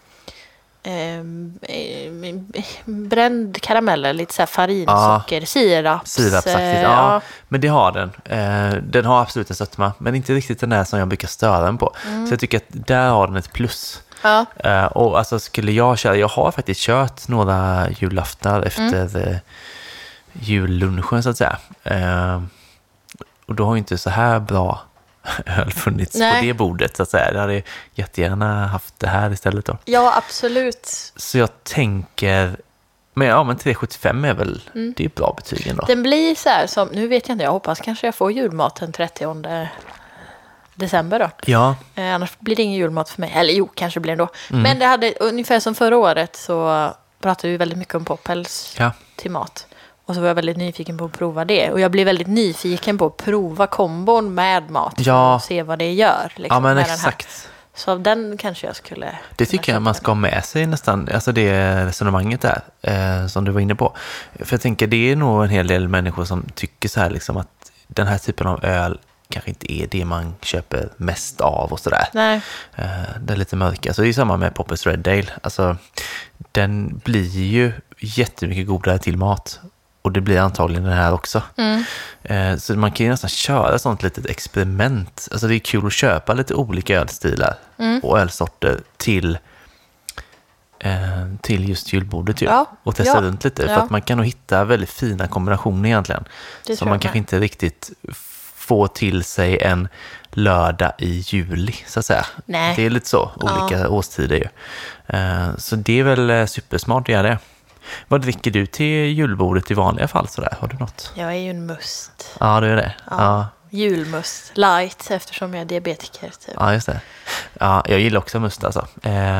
S1: bränd karameller, lite så här farinsocker,
S2: sirapsaktigt. Ja, men det har den. Den har absolut en sötma, men inte riktigt den där som jag brukar störa den på. Så jag tycker att där har den ett plus.
S1: Ja.
S2: Och alltså skulle jag köra, jag har faktiskt kört några julaftnar efter jullunchen så att säga. Och då har ju inte så här bra öl funnits på det bordet så att säga. Jag hade jättegärna haft det här istället då.
S1: Ja, absolut.
S2: Så jag tänker, men 3,75 är väl, det är bra betyg ändå.
S1: Den blir så här som, nu vet jag inte, jag hoppas kanske jag får julmat den 30 december då.
S2: Ja.
S1: Annars blir det ingen julmat för mig. Eller jo, kanske blir det ändå. Men det hade, ungefär som förra året så pratade vi väldigt mycket om Poppels till mat. Och så var jag väldigt nyfiken på att prova det. Och jag blev väldigt nyfiken på att prova kombon med mat. Och se vad det gör. Liksom,
S2: ja, men exakt.
S1: Så den kanske jag skulle...
S2: Det tycker jag man ska ha med sig nästan. Alltså det resonemanget där som du var inne på. För jag tänker det är nog en hel del människor som tycker så här liksom att den här typen av öl kanske inte är det man köper mest av och sådär.
S1: Nej.
S2: Det är lite mörka. Så det är samma med Poppers Red Ale. Alltså den blir ju jättemycket godare till mat. Och det blir antagligen den här också. Så man kan ju nästan köra sånt litet experiment. Alltså det är kul att köpa lite olika ölstilar och ölsorter till till just julbordet ju. Och testa runt lite. För att man kan nog hitta väldigt fina kombinationer egentligen. Som man kanske inte riktigt får till sig en lördag i juli, så att säga.
S1: Nej.
S2: Det är lite så, olika årstider ju. Så det är väl supersmart att göra det. Vad dricker du till julbordet i vanliga fall sådär? Har du något?
S1: Jag är ju en must.
S2: Ja, du är det. Ja.
S1: Julmust, light, eftersom jag är diabetiker. Typ.
S2: Ja, just det. Ja, jag gillar också must alltså.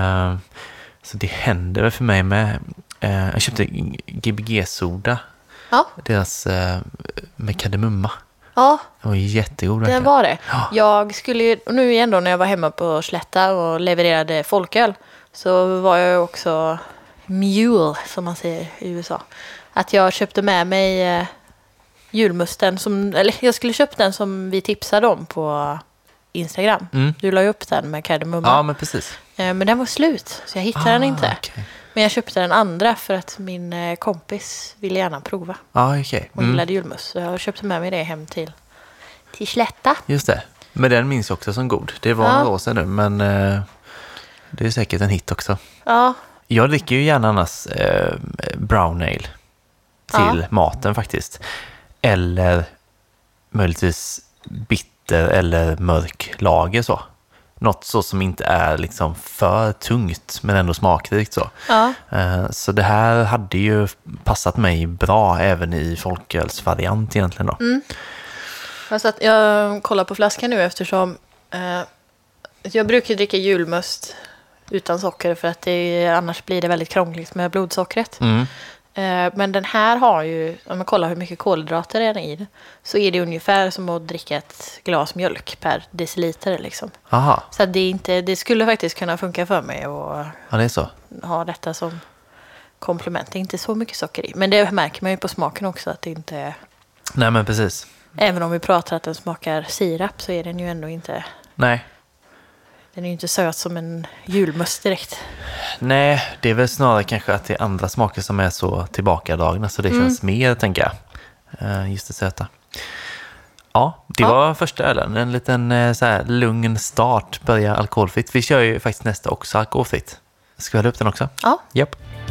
S2: Så det händer väl för mig med... jag köpte Gbg-soda.
S1: Ja.
S2: Deras med kardemumma.
S1: Ja.
S2: Det var jättegod.
S1: Det var det. Ja. Jag skulle nu igen då när jag var hemma på Slätta och levererade folköl så var jag också mule, som man säger i USA. Att jag köpte med mig julmusten eller jag skulle köpa den som vi tipsade om på Instagram. Du la ju upp den med kardemumma.
S2: Ja, men precis.
S1: Men den var slut, så jag hittade den inte.
S2: Okay.
S1: Men jag köpte den andra för att min kompis ville gärna prova.
S2: Okay.
S1: Hon gillade julmust, så jag köpte med mig det hem till Slätta.
S2: Just det. Men den minns jag också som god. Det var några år sedan nu, men det är säkert en hit också.
S1: Ja.
S2: Jag dricker ju gärna annars brown ale till maten faktiskt. Eller möjligtvis bitter eller mörk lager så. Något så som inte är liksom för tungt men ändå smakrikt så.
S1: Ja.
S2: Så det här hade ju passat mig bra även i folkölsvariant egentligen då.
S1: Alltså att jag kollar på flaskan nu eftersom jag brukar dricka julmust utan socker för att annars blir det väldigt krångligt med blodsockret. Men den här har ju, om man kollar hur mycket kolhydrater det är i det, så är det ungefär som att dricka ett glas mjölk per deciliter liksom.
S2: Aha.
S1: Så att det skulle faktiskt kunna funka för mig att
S2: det är så.
S1: Ha detta som komplement. Det är inte så mycket socker i. Men det märker man ju på smaken också att det inte är...
S2: Nej, men precis.
S1: Även om vi pratar att den smakar sirap så är den ju ändå inte...
S2: Nej.
S1: Den är ju inte söt som en julmust direkt.
S2: Nej, det är väl snarare kanske att det är andra smaker som är så tillbakadragna så det känns mer, tänker jag. Just det söta. Ja, det var första ölen. En liten så här lugn start, börja alkoholfritt. Vi kör ju faktiskt nästa också alkoholfritt. Ska vi hälla upp den också?
S1: Ja.
S2: Japp.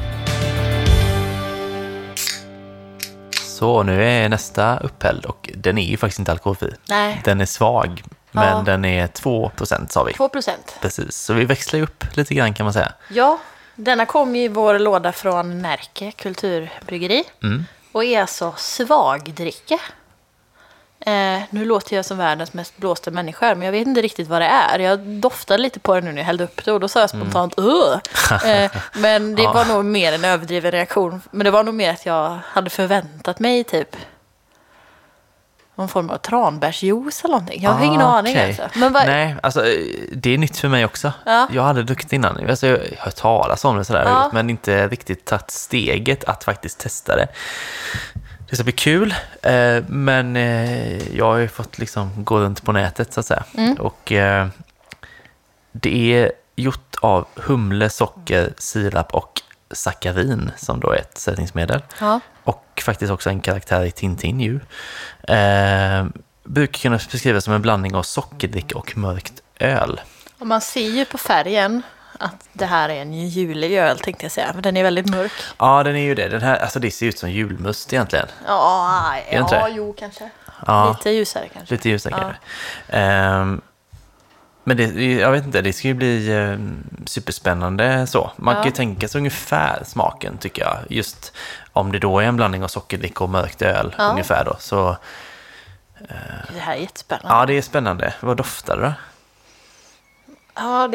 S2: Så nu är nästa upphälld och den är ju faktiskt inte alkoholfri.
S1: Nej.
S2: Den är svag, men den är 2% sa vi.
S1: 2%.
S2: Precis, så vi växlar upp lite grann kan man säga.
S1: Ja, denna kom i vår låda från Närke kulturbryggeri och är alltså svagdricka. Nu låter jag som världens mest blåsta människa, men jag vet inte riktigt vad det är. Jag doftade lite på det nu när jag hällde upp det och då sa jag spontant men det var nog mer en överdriven reaktion. Men det var nog mer att jag hade förväntat mig typ någon form av tranbärsjuice eller någonting. Jag har ingen aning. Alltså. Men
S2: nej, alltså det är nytt för mig också. Ja. Jag hade druckit innan. Alltså, jag har hört talas om det sådär, men inte riktigt tagit steget att faktiskt testa det. Det ska bli kul, men jag har ju fått liksom gå runt på nätet så att säga. Och det är gjort av humle, socker, sirap och sackarin som då är ett sötningsmedel. Ja. Och faktiskt också en karaktär i Tintin ju. Brukar kunna beskrivas som en blandning av sockerdricka och mörkt öl.
S1: Och man ser ju på färgen att det här är en julig öl, tänkte jag säga. För den är väldigt mörk.
S2: Ja, den är ju det. Den här, alltså det ser ut som julmust egentligen.
S1: Jo, kanske. Ja. Lite ljusare kanske.
S2: Lite ljusare kanske. Men det, jag vet inte, det ska ju bli superspännande så. Man kan ju tänka sig ungefär smaken tycker jag. Just om det då är en blandning av sockerdricka och mörkt öl ungefär då. Så,
S1: det här är jättespännande.
S2: Ja, det är spännande. Vad doftar det då?
S1: Ja,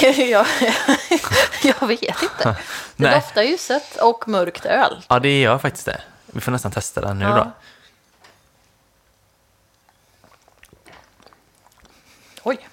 S1: jag vet inte. Det doftar ju sött och mörkt öl.
S2: Ja, det gör faktiskt det. Vi får nästan testa den nu då.
S1: Oj.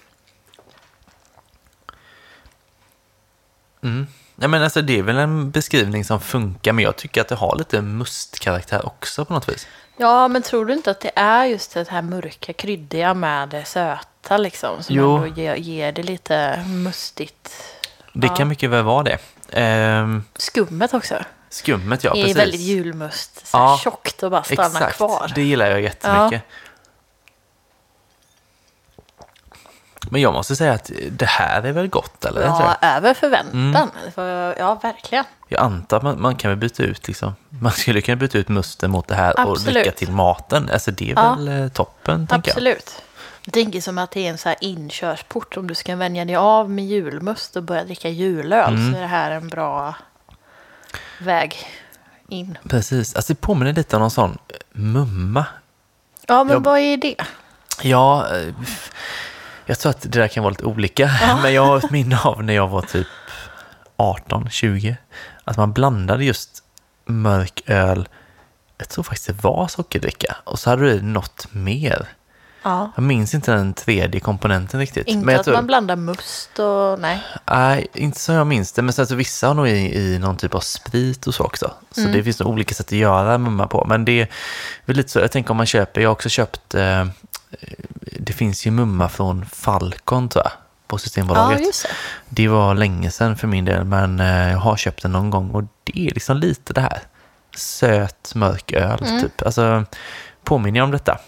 S2: Ja, men alltså, det är väl en beskrivning som funkar, men jag tycker att det har lite mustkaraktär också på något vis.
S1: Ja, men tror du inte att det är just det här mörka, kryddiga med det söta liksom, som ändå ger det lite mustigt?
S2: Det kan mycket väl vara det.
S1: Skummet också.
S2: Skummet, ja,
S1: precis. Det är väldigt julmust, tjockt och bara stanna kvar.
S2: Det gillar jag jättemycket. Men jag måste säga att det här är väl gott, eller?
S1: Ja, över förväntan. Ja, verkligen.
S2: Jag antar att man kan väl byta ut liksom. Man skulle kunna byta ut musten mot det här och dricka till maten. Alltså det är väl toppen, tänker jag.
S1: Absolut. Jag tänker som att det är en så här inkörsport. Om du ska vänja dig av med julmust och börja dricka julöl så är det här en bra väg in.
S2: Precis. Alltså det påminner lite om någon sån mumma.
S1: Ja, men vad är det?
S2: Ja, jag tror att det där kan vara lite olika. Men jag har ett minne av när jag var typ 18-20. Att man blandade just mörk öl. Jag tror faktiskt det var sockerdricka. Och så hade det något mer.
S1: Ja.
S2: Jag minns inte den tredje komponenten riktigt.
S1: Inte
S2: men jag
S1: att
S2: tror,
S1: man blandar must och...
S2: Nej, inte som jag minns det. Men så att vissa har nog i någon typ av sprit och så också. Så det finns nog olika sätt att göra mumma på. Men det är väl lite så. Jag tänker om man köper... Jag har också köpt... det finns ju mumma från Falcon, tror jag, på Systembolaget.
S1: Ja, just det.
S2: Det var länge sedan för min del. Men jag har köpt den någon gång. Och det är liksom lite det här. Söt, mörk öl, typ. Alltså, påminner om detta.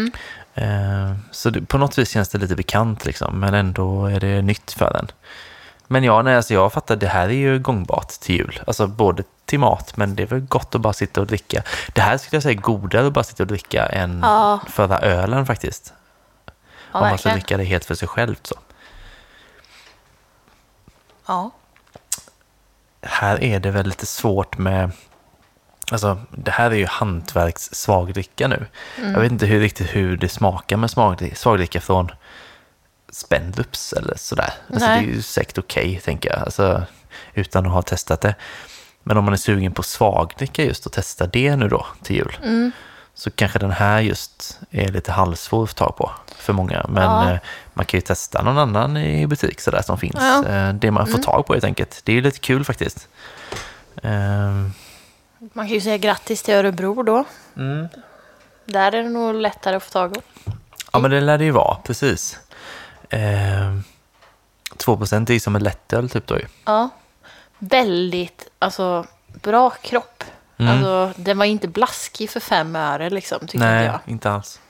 S2: Så på något vis känns det lite bekant liksom, men ändå är det nytt för den. Men jag fattar, det här är ju gångbart till jul. Alltså både till mat, men det är väl gott att bara sitta och dricka. Det här skulle jag säga är godare att bara sitta och dricka än förra ölen faktiskt.
S1: Ja,
S2: om man ska dricka det helt för sig själv så.
S1: Ja.
S2: Här är det väl lite svårt med... Alltså, det här är ju hantverks svagdricka nu. Jag vet inte hur det smakar med svagdricka från Spendrups eller sådär. Alltså, det är ju säkert okej, tänker jag. Alltså, utan att ha testat det. Men om man är sugen på svagdricka just och testa det nu då till jul. Så kanske den här just är lite halvsvår att ta på för många. Men man kan ju testa någon annan i butik sådär som finns. Det man får tag på helt enkelt. Det är ju lite kul faktiskt.
S1: Man kan ju säga grattis till Örebro då. Där är det nog lättare att få tag på.
S2: Ja, men det lär det ju vara, precis. 2% är ju som en lättöl typ då ju.
S1: Ja, väldigt, alltså bra kropp. Alltså, den var inte blaskig för 5 öre liksom, tycker jag.
S2: Nej, inte alls.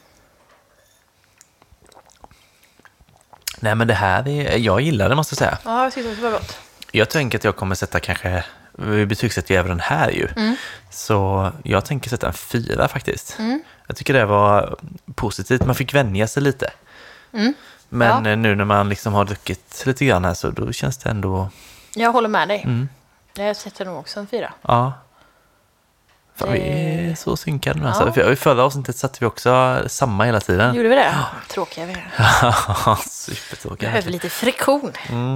S2: Nej, men det här jag gillar det, måste jag säga.
S1: Ja, jag tycker det var gott.
S2: Jag tänker att jag kommer sätta kanske, vi betygsätter ju även den här ju. Så jag tänker sätta en 4 faktiskt. Jag tycker det var positivt. Man fick vänja sig lite. Men nu när man liksom har druckit lite grann här så då känns det ändå...
S1: Jag håller med dig. Jag sätter nog också en 4.
S2: Ja. För vi är så synkade nu. Alltså. För i förra avsnittet satte vi också samma hela tiden.
S1: Gjorde vi det? Tråkiga vi är.
S2: Supertråkiga.
S1: Behöver lite friktion.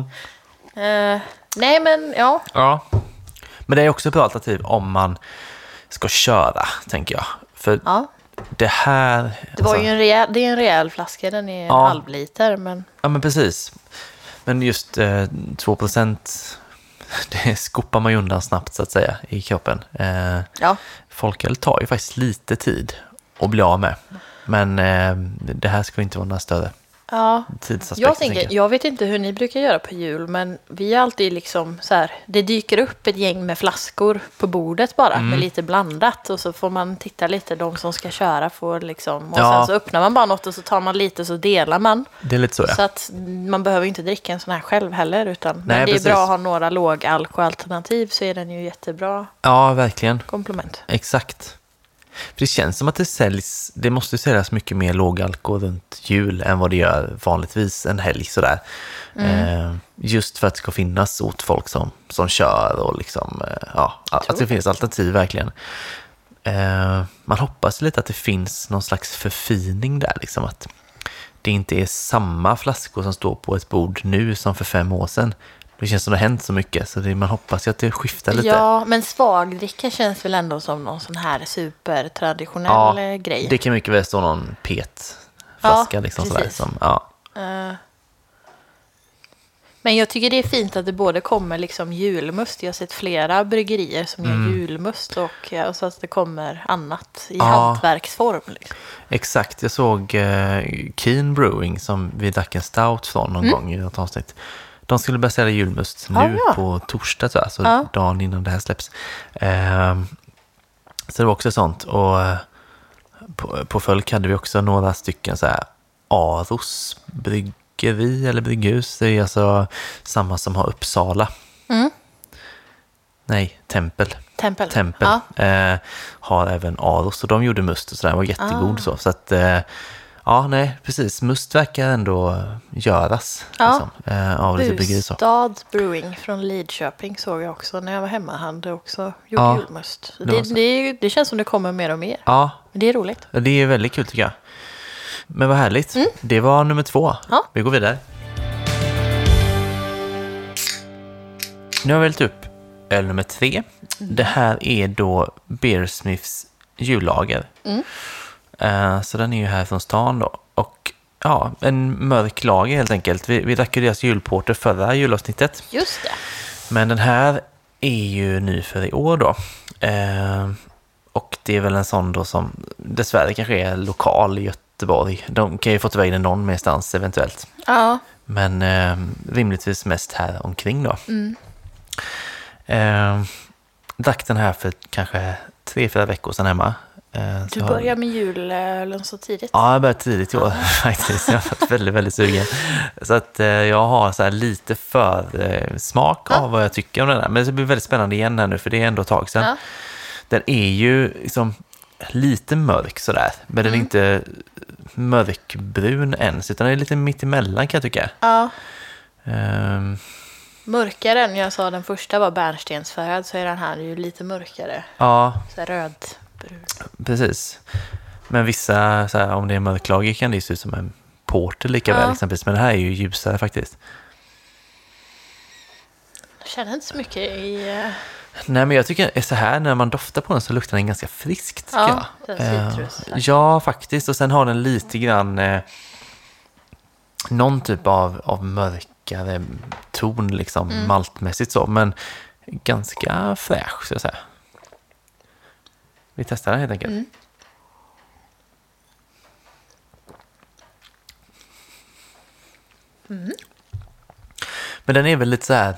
S1: Nej, men ja.
S2: Men det är också ett bra alternativ om man ska köra, tänker jag. För det här...
S1: Det var ju det är en rejäl flaska, den är en halvliter. Men...
S2: Ja, men precis. Men just 2%, det skopar man ju undan snabbt så att säga i kroppen. Folköl tar ju faktiskt lite tid att bli av med. Men det här ska inte vara några större tidsaspekter.
S1: Jag vet inte hur ni brukar göra på jul, men vi är alltid liksom så här, det dyker upp ett gäng med flaskor på bordet bara, med lite blandat, och så får man titta lite, de som ska köra får liksom, och sen så öppnar man bara något och så tar man lite och så delar man.
S2: Det är lite så,
S1: Så att man behöver inte dricka en sån här själv heller, utan men det
S2: precis.
S1: är bra att ha några lågalkoholalternativ, så är den ju jättebra.
S2: Ja, verkligen.
S1: Komplement.
S2: Exakt. För det känns som att det måste säljas mycket mer lågalkohol runt jul än vad det gör vanligtvis en helg sådär. Just för att det ska finnas åt folk som kör och liksom, att det finns alternativ verkligen. Man hoppas lite att det finns någon slags förfining där, liksom att det inte är samma flaskor som står på ett bord nu som för 5 år sedan. Det känns som det har hänt så mycket, så man hoppas ju att det skiftar lite. Ja,
S1: men svagdricka känns väl ändå som någon sån här supertraditionell grej.
S2: Det kan mycket väl stå någon petflaska liksom sådär.
S1: Men jag tycker det är fint att det både kommer liksom julmust. Jag har sett flera bryggerier som gör julmust och så att det kommer annat i hantverksform. Liksom.
S2: Exakt, jag såg Keen Brewing som vi drack en stout från någon gång i något avsnitt. De skulle börja sälja julmust nu på torsdag, tror jag, så dagen innan det här släpps. Så det var också sånt. Och på Fölk hade vi också några stycken så här Aros bryggeri eller brygghus. Det är alltså samma som har Uppsala. Nej, Tempel. Ja. Har även Aros och de gjorde must och sådär. Var jättegod så att ja, nej, precis. Must verkar ändå göras av lite bryggeri så.
S1: Bustad Brewing från Lidköping såg jag också när jag var hemma. Han hade också gjort julmust. Det känns som det kommer mer och mer.
S2: Ja.
S1: Det är roligt.
S2: Det är väldigt kul tycker jag. Men vad härligt. Det var nummer 2. Ja. Vi går vidare. Nu har vi vält upp öl nummer 3. Det här är då Beersmiths jullager. Så den är ju här från stan då. Och ja, en mörk lager helt enkelt. Vi drack ju deras julporter förra julavsnittet.
S1: Just det.
S2: Men den här är ju ny för i år då. Och det är väl en sån då som dessvärre kanske är lokal i Göteborg. De kan ju få iväg den någon medstans eventuellt. Ja. Men rimligtvis mest här omkring då. Drack den här för kanske 3-4 veckor sedan hemma.
S1: Du börjar med julen så tidigt?
S2: Ja, jag började tidigt i år faktiskt. Jag har varit väldigt, väldigt sugen. Så att jag har så här lite för smak av vad jag tycker om den här. Men det blir väldigt spännande igen här nu, för det är ändå ett tag sedan. Den är ju liksom lite mörk sådär. Men den är inte mörkbrun ens, utan den är lite mittemellan kan jag tycka. Ja.
S1: Mörkare än jag sa, den första var bärnstensfärgad, så är den här ju lite mörkare.
S2: Ja.
S1: Så här rödbrun.
S2: Precis. Men vissa, så här, om det är mörklager kan det se ut som en porter lika väl exempelvis. Men det här är ju ljusare faktiskt.
S1: Jag känner inte så mycket i...
S2: Nej, men jag tycker så här, när man doftar på den så luktar den ganska friskt tycker jag.
S1: Citrus.
S2: Ja, faktiskt. Och sen har den lite grann någon typ av mörkare ton liksom, maltmässigt så. Men ganska fräsch, så att säga. Vi testar den helt enkelt. Men den är väl lite så här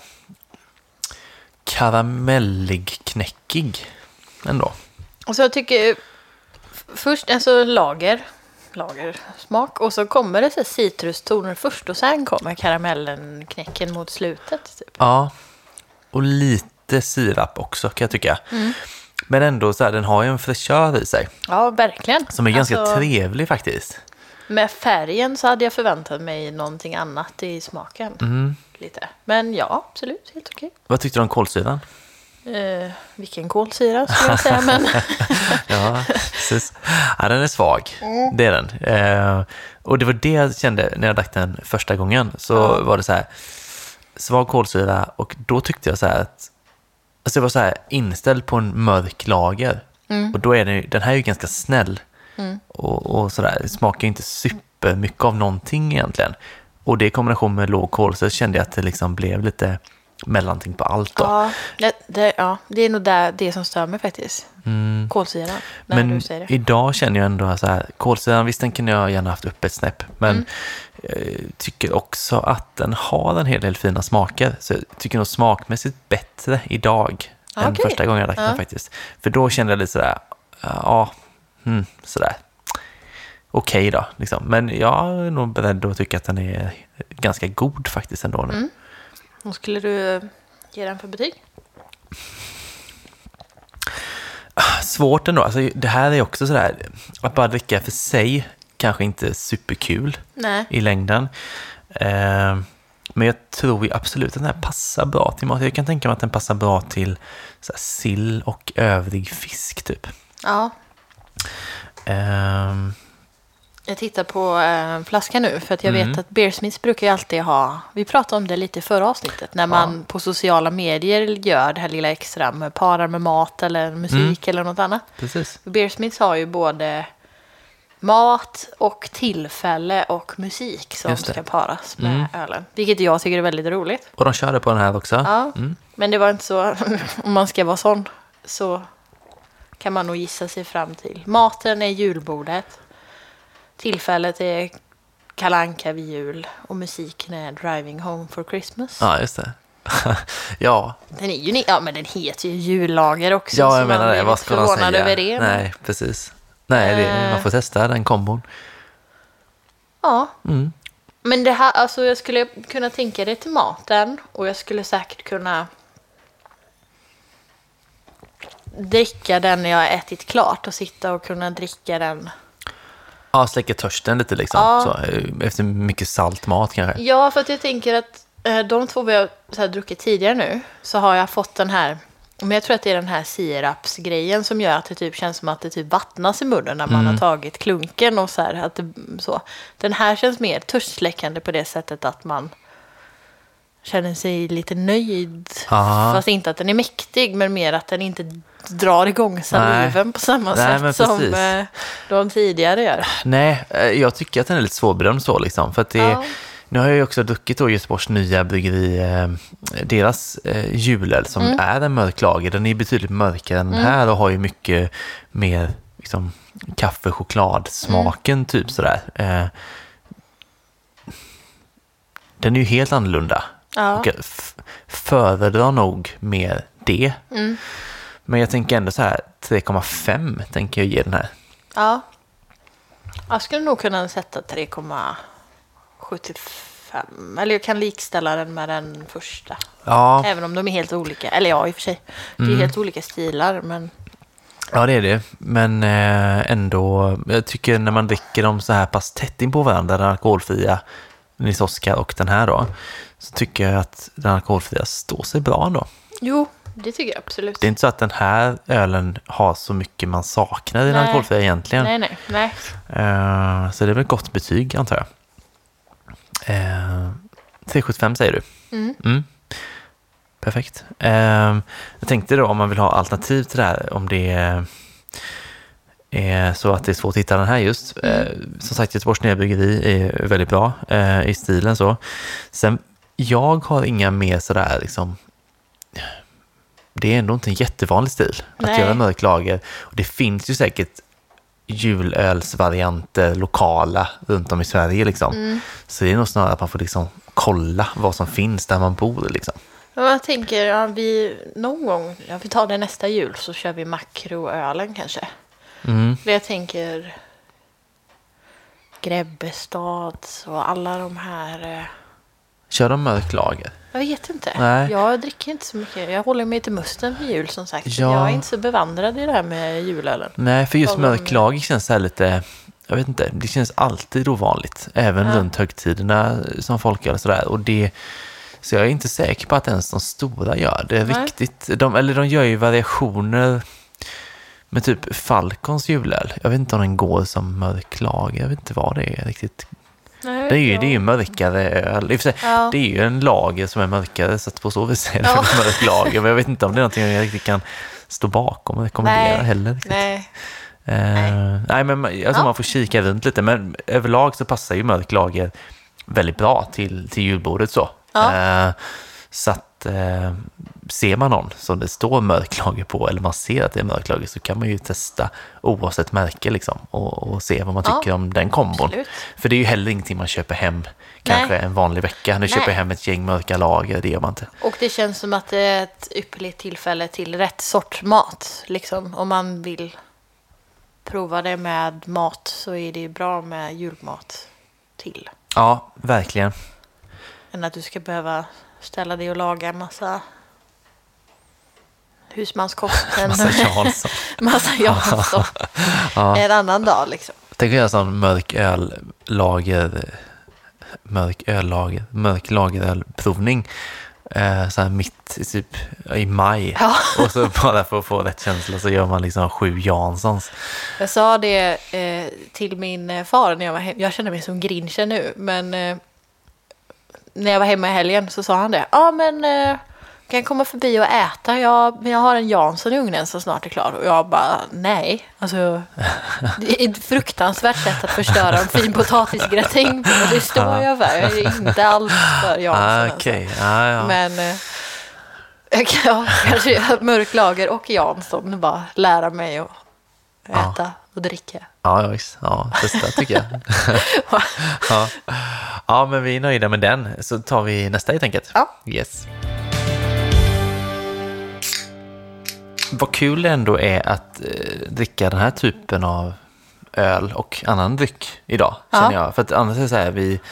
S2: karamellig, knäckig ändå.
S1: Och så jag tycker först alltså lagersmak, och så kommer det så här citrustoner först och sen kommer karamellen, knäcken mot slutet typ.
S2: Ja. Och lite sirap också kan jag tycka. Men ändå så här, den har ju en fräschör i sig.
S1: Ja, verkligen.
S2: Som är ganska trevlig faktiskt.
S1: Med färgen så hade jag förväntat mig någonting annat i smaken. Lite. Men ja, absolut, helt okej.
S2: Vad tyckte du om kolsyran?
S1: Vilken kolsyra skulle jag säga, men...
S2: Ja, precis. Ja, den är svag. Det är den. Och det var det jag kände när jag drack den första gången. Så var det så här, svag kolsyra, och då tyckte jag så här att alltså jag var så här inställd på en mörk lager. Och då är den här är ju ganska snäll. Och sådär, smakar inte supermycket av någonting egentligen. Och det i kombination med låg kolsyra så kände jag att det liksom blev lite mellanting på allt då.
S1: Ja, det är nog det som stör mig faktiskt. Kolsyran.
S2: Men idag känner jag ändå så här, kolsyran, visst den kunde jag gärna haft upp ett snäpp. Men tycker också att den har en hel del fina smaker. Så jag tycker nog smakmässigt bättre idag än första gången jag drack den faktiskt. För då kände jag lite sådär, sådär. Okej då, liksom. Men jag är nog beredd att tycka att den är ganska god faktiskt ändå nu.
S1: Vad skulle du ge den för betyg?
S2: Svårt ändå. Alltså, det här är också sådär, att bara dricka för sig kanske inte superkul i längden. Men jag tror ju absolut att den här passar bra till mat. Jag kan tänka mig att den passar bra till så här, sill och övrig fisk typ. Ja.
S1: Jag tittar på flaskan nu för att jag vet att Beersmiths brukar ju alltid ha, vi pratade om det lite i förra avsnittet, när man på sociala medier gör det här lilla extra med parar med mat eller musik eller något annat.
S2: Precis.
S1: Beersmiths har ju både mat och tillfälle och musik som ska paras med ölen. Vilket jag tycker är väldigt roligt.
S2: Och de körde på den här också.
S1: Ja, men det var inte så, om man ska vara sån så kan man nog gissa sig fram till. Maten är julbordet. Tillfället är Kalle Anka vid jul och musiken är Driving Home for Christmas.
S2: Ja, just det. Ja.
S1: Den är ju men den heter ju jullager också.
S2: Ja, jag menar det. Vad ska man säga?
S1: Över det,
S2: nej, precis. Nej, man får testa den kombon.
S1: Ja. Men det här, alltså jag skulle kunna tänka det till maten och jag skulle säkert kunna dricka den när jag har ätit klart och sitta och kunna dricka den.
S2: Ja, släcka törsten lite liksom.
S1: Ja.
S2: Så, efter mycket salt mat kanske.
S1: Ja, för att jag tänker att de två vi har så här druckit tidigare nu så har jag fått den här, men jag tror att det är den här sirapsgrejen som gör att det typ känns som att det typ vattnas i munnen när man har tagit klunken och så här, att det, så. Den här känns mer törstsläckande på det sättet att man känner sig lite nöjd.
S2: Aha.
S1: Fast inte att den är mäktig, men mer att den inte drar igång saliven på samma sätt som de tidigare gör.
S2: Nej, jag tycker att den är lite svårbedömd så liksom. För att det, nu har jag ju också druckit då Göteborgs nya bryggeri, deras julöl som är en mörk lager. Den är betydligt mörkare än den här och har ju mycket mer liksom, kaffe-chokladsmaken typ sådär. Den är ju helt annorlunda. Ja. Och jag föredrar nog mer det. Men jag tänker ändå så här 3,5 tänker jag ge den här.
S1: Ja. Jag skulle nog kunna sätta 3,75. Eller jag kan likställa den med den första. Ja. Även om de är helt olika. Eller ja, i och för sig. Det är helt olika stilar. Men...
S2: Ja, det är det. Men ändå, jag tycker när man dricker dem så här pass tätt in på varandra, den alkoholfria Nils Oskar och den här då, så tycker jag att den alkoholfria står sig bra ändå.
S1: Jo, det tycker jag absolut.
S2: Det är inte så att den här ölen har så mycket man saknar i den alkoholfria egentligen.
S1: Nej.
S2: Så det är väl ett gott betyg, antar jag. 3,75 säger du. Perfekt. Jag tänkte då om man vill ha alternativ till det här, om det är så att det är svårt att hitta den här just. Som sagt, Göteborgs nya bryggeri är väldigt bra i stilen så. Sen, jag har inga mer sådär liksom, det är ändå inte en jättevanlig stil att göra mörk lager. Och det finns ju säkert julölsvarianter lokala runt om i Sverige liksom. Så det är nog snarare att man får liksom kolla vad som finns där man bor liksom.
S1: Jag tänker, vi någon gång, vi tar det nästa jul så kör vi makroölen kanske. Det jag tänker Grebbestad och alla de här...
S2: Kör de mörk lager?
S1: Jag vet inte.
S2: Nej.
S1: Jag dricker inte så mycket. Jag håller mig till musten för jul som sagt. Ja. Jag är inte så bevandrad i det här med julölen.
S2: Nej, för just mörk lager känns så här lite... Jag vet inte, det känns alltid ovanligt. Även runt högtiderna som folk gör sådär. Och det... Så jag är inte säker på att ens de stora gör det riktigt. De gör ju variationer med typ Falcons julöl. Jag vet inte om den går som mörk lager. Jag vet inte vad det är riktigt. Nej, det är ju mörkare öl. I och för sig, det är ju en lager som är mörkare, så att på så vis är det en mörk lager. Men jag vet inte om det är någonting jag riktigt kan stå bakom och rekommendera heller.
S1: Nej.
S2: Nej, men alltså man får kika runt lite. Men överlag så passar ju mörk lager väldigt bra till julbordet så. Så att ser man någon som det står mörklager på, eller man ser att det är mörklager, så kan man ju testa oavsett märke liksom, och se vad man tycker om den kombon. Absolut. För det är ju heller ingenting man köper hem kanske en vanlig vecka. Nu köper jag hem ett gäng mörka lager, det gör man inte.
S1: Och det känns som att det är ett ypperligt tillfälle till rätt sorts mat liksom. Om man vill prova det med mat så är det bra med julmat till.
S2: Ja, verkligen.
S1: Än att du ska behöva ställa dig och laga en massa husmanskost. massa Jansson. En annan dag liksom.
S2: Tänk att göra sån mörk lagerölprovning så här mitt typ i maj. Och så bara för att få rätt känsla så gör man liksom 7 Janssons.
S1: Jag sa det till min far när jag var hemma. Jag känner mig som Grinchen nu, men när jag var hemma i helgen så sa han det. Ja, men kan jag komma förbi och äta? Jag har en Jansson i ugnen som snart är klar. Och jag bara, nej. Alltså, det är ett fruktansvärt sätt att förstöra en fin potatisgratäng. Det står jag för. Jag är inte alls för Jansson.
S2: Okay.
S1: Alltså. Men kanske mörk lager och Jansson. Bara lära mig att äta och dricka.
S2: Ja, testa tycker jag. Ja, men vi är nöjda med den. Så tar vi nästa helt enkelt.
S1: Ja.
S2: Yes. Vad kul det ändå är att dricka den här typen av öl och annan dryck idag, känner jag. För att annars är det så här,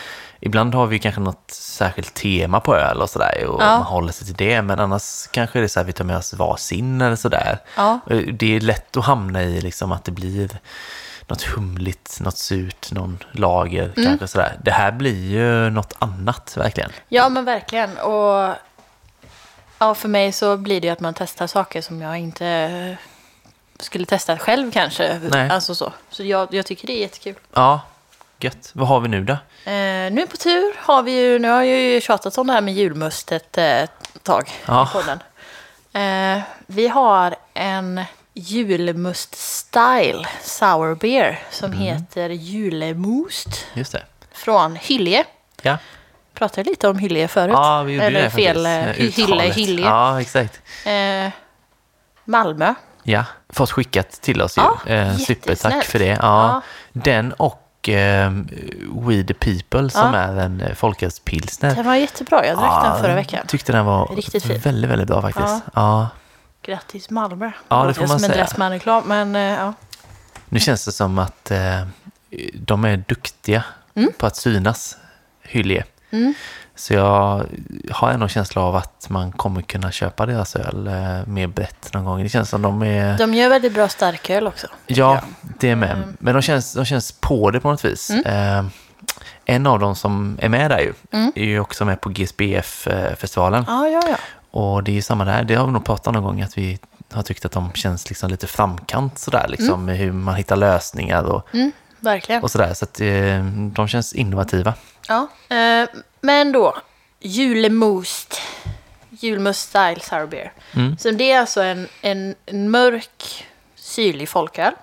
S2: ibland har vi kanske något särskilt tema på öl och sådär och man håller sig till det, men annars kanske det är så här vi tar med oss varsin eller sådär.
S1: Ja.
S2: Det är lätt att hamna i liksom att det blir något humligt, något surt, någon lager kanske sådär. Det här blir ju något annat verkligen.
S1: Ja, men verkligen. Och ja, för mig så blir det ju att man testar saker som jag inte skulle testa själv kanske.
S2: Nej.
S1: Alltså så jag tycker det är jättekul.
S2: Ja, gött. Vad har vi nu då?
S1: Nu på tur har vi ju, nu har jag ju tjatat om det här med julmust ett tag i podden. Vi har en julmust-style sour beer som heter Julemust.
S2: Just det.
S1: Från Hyllie.
S2: Ja.
S1: Pratade lite om Hyllie förut.
S2: Ja, vi gjorde
S1: eller
S2: det faktiskt.
S1: Hyllie.
S2: Ja, exakt.
S1: Malmö.
S2: Ja, fått skickat till oss ju. Supertack för det. Ja.
S1: Ja.
S2: Den och We the People som är en folkölspilsner.
S1: Den var jättebra, jag drack den förra veckan.
S2: Tyckte den var
S1: riktigt fin.
S2: Väldigt, väldigt bra faktiskt. Ja.
S1: Grattis Malmö.
S2: Ja, det får man säga.
S1: Som en Dressman-reklam, men ja.
S2: Nu känns det som att de är duktiga på att synas, Hyllie. Så jag har ändå känsla av att man kommer kunna köpa deras öl mer brett någon gång. Det känns som de är...
S1: De gör väldigt bra starköl också.
S2: Ja, det är med. Men de känns på det på något vis. En av dem som är med där är ju också med på GSBF-festivalen.
S1: Ja.
S2: Och det är ju samma där. Det har vi nog pratat någon gång att vi har tyckt att de känns liksom lite framkant sådär. Liksom, med hur man hittar lösningar och,
S1: verkligen.
S2: och sådär. Så att de känns innovativa.
S1: Ja, men då Julemust style sour beer. Så det är alltså en mörk syrlig folköl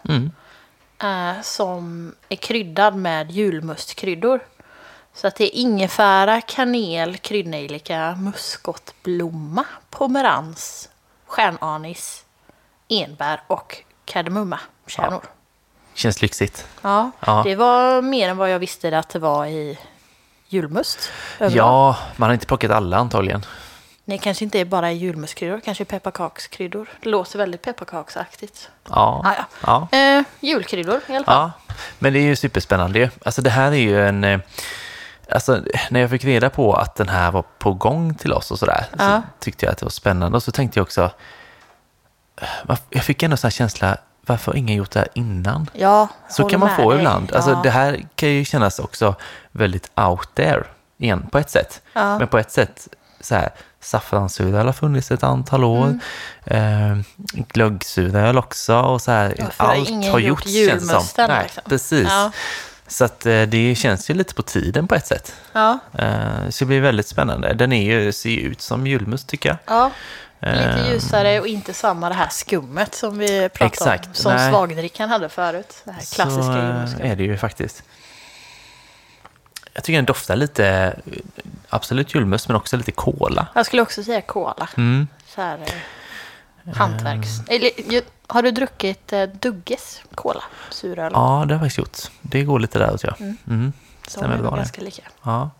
S1: som är kryddad med julmustkryddor. Så att det är ingefära, kanel, kryddnejlika, muskotblomma, pomerans, stjärnanis, enbär och kardemummakärnor.
S2: Ja. Känns lyxigt.
S1: Ja, det var mer än vad jag visste att det var i julmust. Överlag.
S2: Ja, man har inte plockat alla antagligen.
S1: Nej, kanske inte är bara julmustkryddor, kanske pepparkakskryddor. Det låter väldigt pepparkaksaktigt.
S2: Ja.
S1: Julkryddor i alla fall.
S2: Ja, men det är ju superspännande. Alltså det här är ju en... Alltså när jag fick reda på att den här var på gång till oss och sådär så tyckte jag att det var spännande. Och så tänkte jag också... Jag fick ändå så här känsla... Varför har ingen gjort det här innan?
S1: Ja,
S2: så kan man få ibland. Alltså, det här kan ju kännas också väldigt out there igen på ett sätt. Men på ett sätt så här, saffranssuröl har funnits ett antal år. Glöggsuröl också. Och så här, allt har gjorts känns som. Nej, liksom. Precis. Ja. Så att det känns ju lite på tiden på ett sätt. Ja. Så det blir väldigt spännande. Den ser ju ut som julmust tycker jag.
S1: Ja. Lite ljusare och inte samma det här skummet som vi pratade om. Som svagdrickan hade förut. Det här klassiska julmustskummet.
S2: Så är det ju faktiskt. Jag tycker den doftar lite, absolut julmust, men också lite kola.
S1: Jag skulle också säga kola. Så här hantverks... Har du druckit Dugges kola? Suröl?
S2: Ja, det har jag faktiskt gjort. Det går lite där, tror jag.
S1: Stämmer bra ganska lika.
S2: Ja.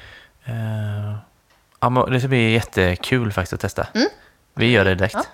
S2: Ja, men det ska bli jättekul faktiskt att testa. Vi gör det direkt. Ja.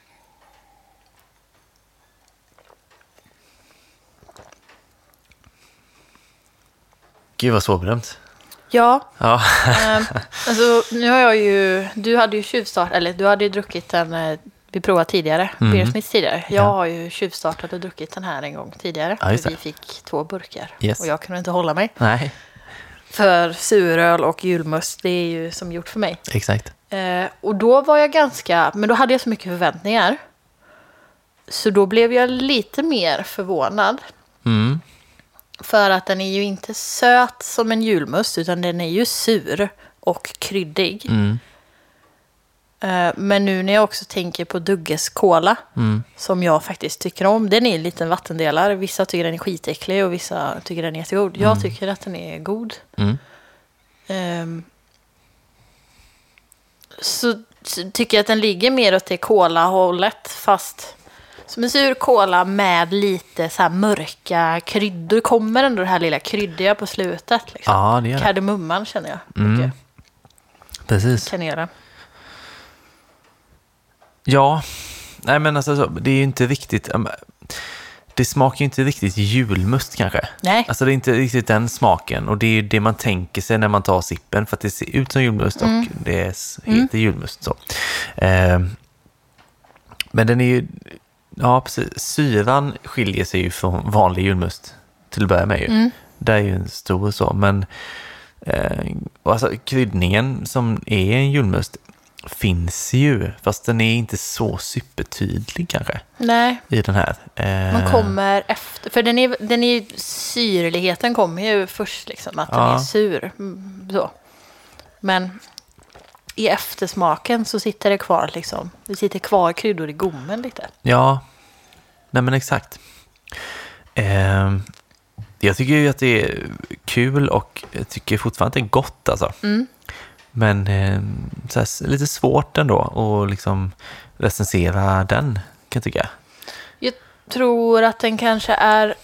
S2: Gud vad svårbedömt.
S1: Ja. Alltså, nu har jag ju... Du hade ju tjuvstart, eller du hade ju druckit den... Vi provade tidigare, Beersmith tidigare. Jag har ju tjuvstartat och druckit den här en gång tidigare. Ja, vi fick 2 burkar.
S2: Yes.
S1: Och jag kunde inte hålla mig.
S2: Nej.
S1: För suröl och julmust, det är ju som gjort för mig.
S2: Exakt.
S1: Och då var jag men då hade jag så mycket förväntningar. Så då blev jag lite mer förvånad. För att den är ju inte söt som en julmust, utan den är ju sur och kryddig. Men nu när jag också tänker på Dugges cola, som jag faktiskt tycker om, den är en liten vattendelare. Vissa tycker den är skitäcklig och vissa tycker den är jättegod. Jag tycker att den är god. Så tycker jag att den ligger mer åt det cola-hållet, fast som en sur cola med lite så här mörka kryddor. Kommer ändå det här lilla kryddiga på slutet. Liksom.
S2: Ja, det gör det.
S1: Kardemumman känner jag mycket.
S2: Precis.
S1: Kanela.
S2: Ja, nej men alltså det är ju inte riktigt... det smakar ju inte riktigt julmust kanske.
S1: Nej.
S2: Alltså det är inte riktigt den smaken. Och det är det man tänker sig när man tar sippen. För att det ser ut som julmust och det heter julmust. Så. Men den är ju... Ja, precis. Syran skiljer sig ju från vanlig julmust till att börja med ju. Det är ju en stor så. Men alltså, kryddningen som är en julmust finns ju, fast den är inte så supertydlig kanske.
S1: Nej.
S2: I den här.
S1: Man kommer efter, för den är syrligheten kommer ju först liksom, att den är sur. Så. Men i eftersmaken så sitter det kvar liksom, det sitter kvar kryddor i gommen lite.
S2: Ja, nej men exakt. Jag tycker ju att det är kul och jag tycker fortfarande att det är gott alltså. Men så här, lite svårt ändå att liksom recensera den, kan jag tycka.
S1: Jag tror att den kanske är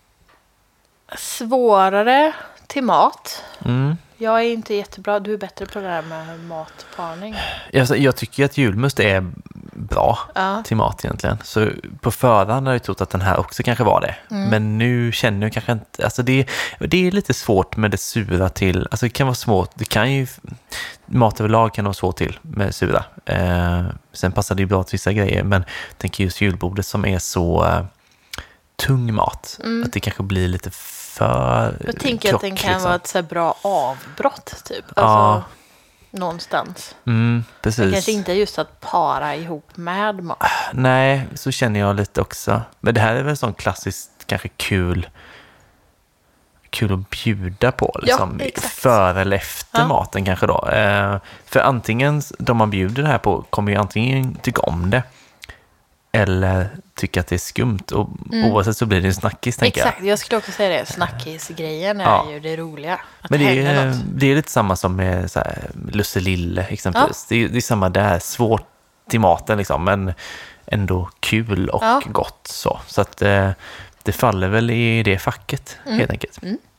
S1: svårare till mat. Jag är inte jättebra. Du är bättre på det här med matparning.
S2: Jag tycker att julmust är bra till mat egentligen. Så på förhand har jag trott att den här också kanske var det. Men nu känner jag kanske inte... Alltså det är lite svårt med det sura till... Alltså det kan vara svårt. Det kan ju... Mat överlag kan vara svårt till med sura. Sen passar det ju bra till vissa grejer. Men jag tänker just julbordet som är så tung mat. Att det kanske blir lite för...
S1: Jag tänker att den kan vara ett så bra avbrott typ. Alltså, någonstans.
S2: Precis.
S1: Det kanske inte är just att para ihop med mat.
S2: Nej, så känner jag lite också. Men det här är väl sån klassiskt kanske kul att bjuda på liksom, före eller efter maten kanske då. För antingen de man bjuder det här på kommer ju antingen tycka om det eller tycka att det är skumt, och oavsett så blir det en snackis, tänker jag.
S1: Exakt, jag skulle också säga det. Snackis-grejen är ju det roliga.
S2: Men det är lite samma som med så här, lusselille exempelvis. Det är samma där, svårt till maten liksom, men ändå kul och gott så att det faller väl i det facket helt enkelt.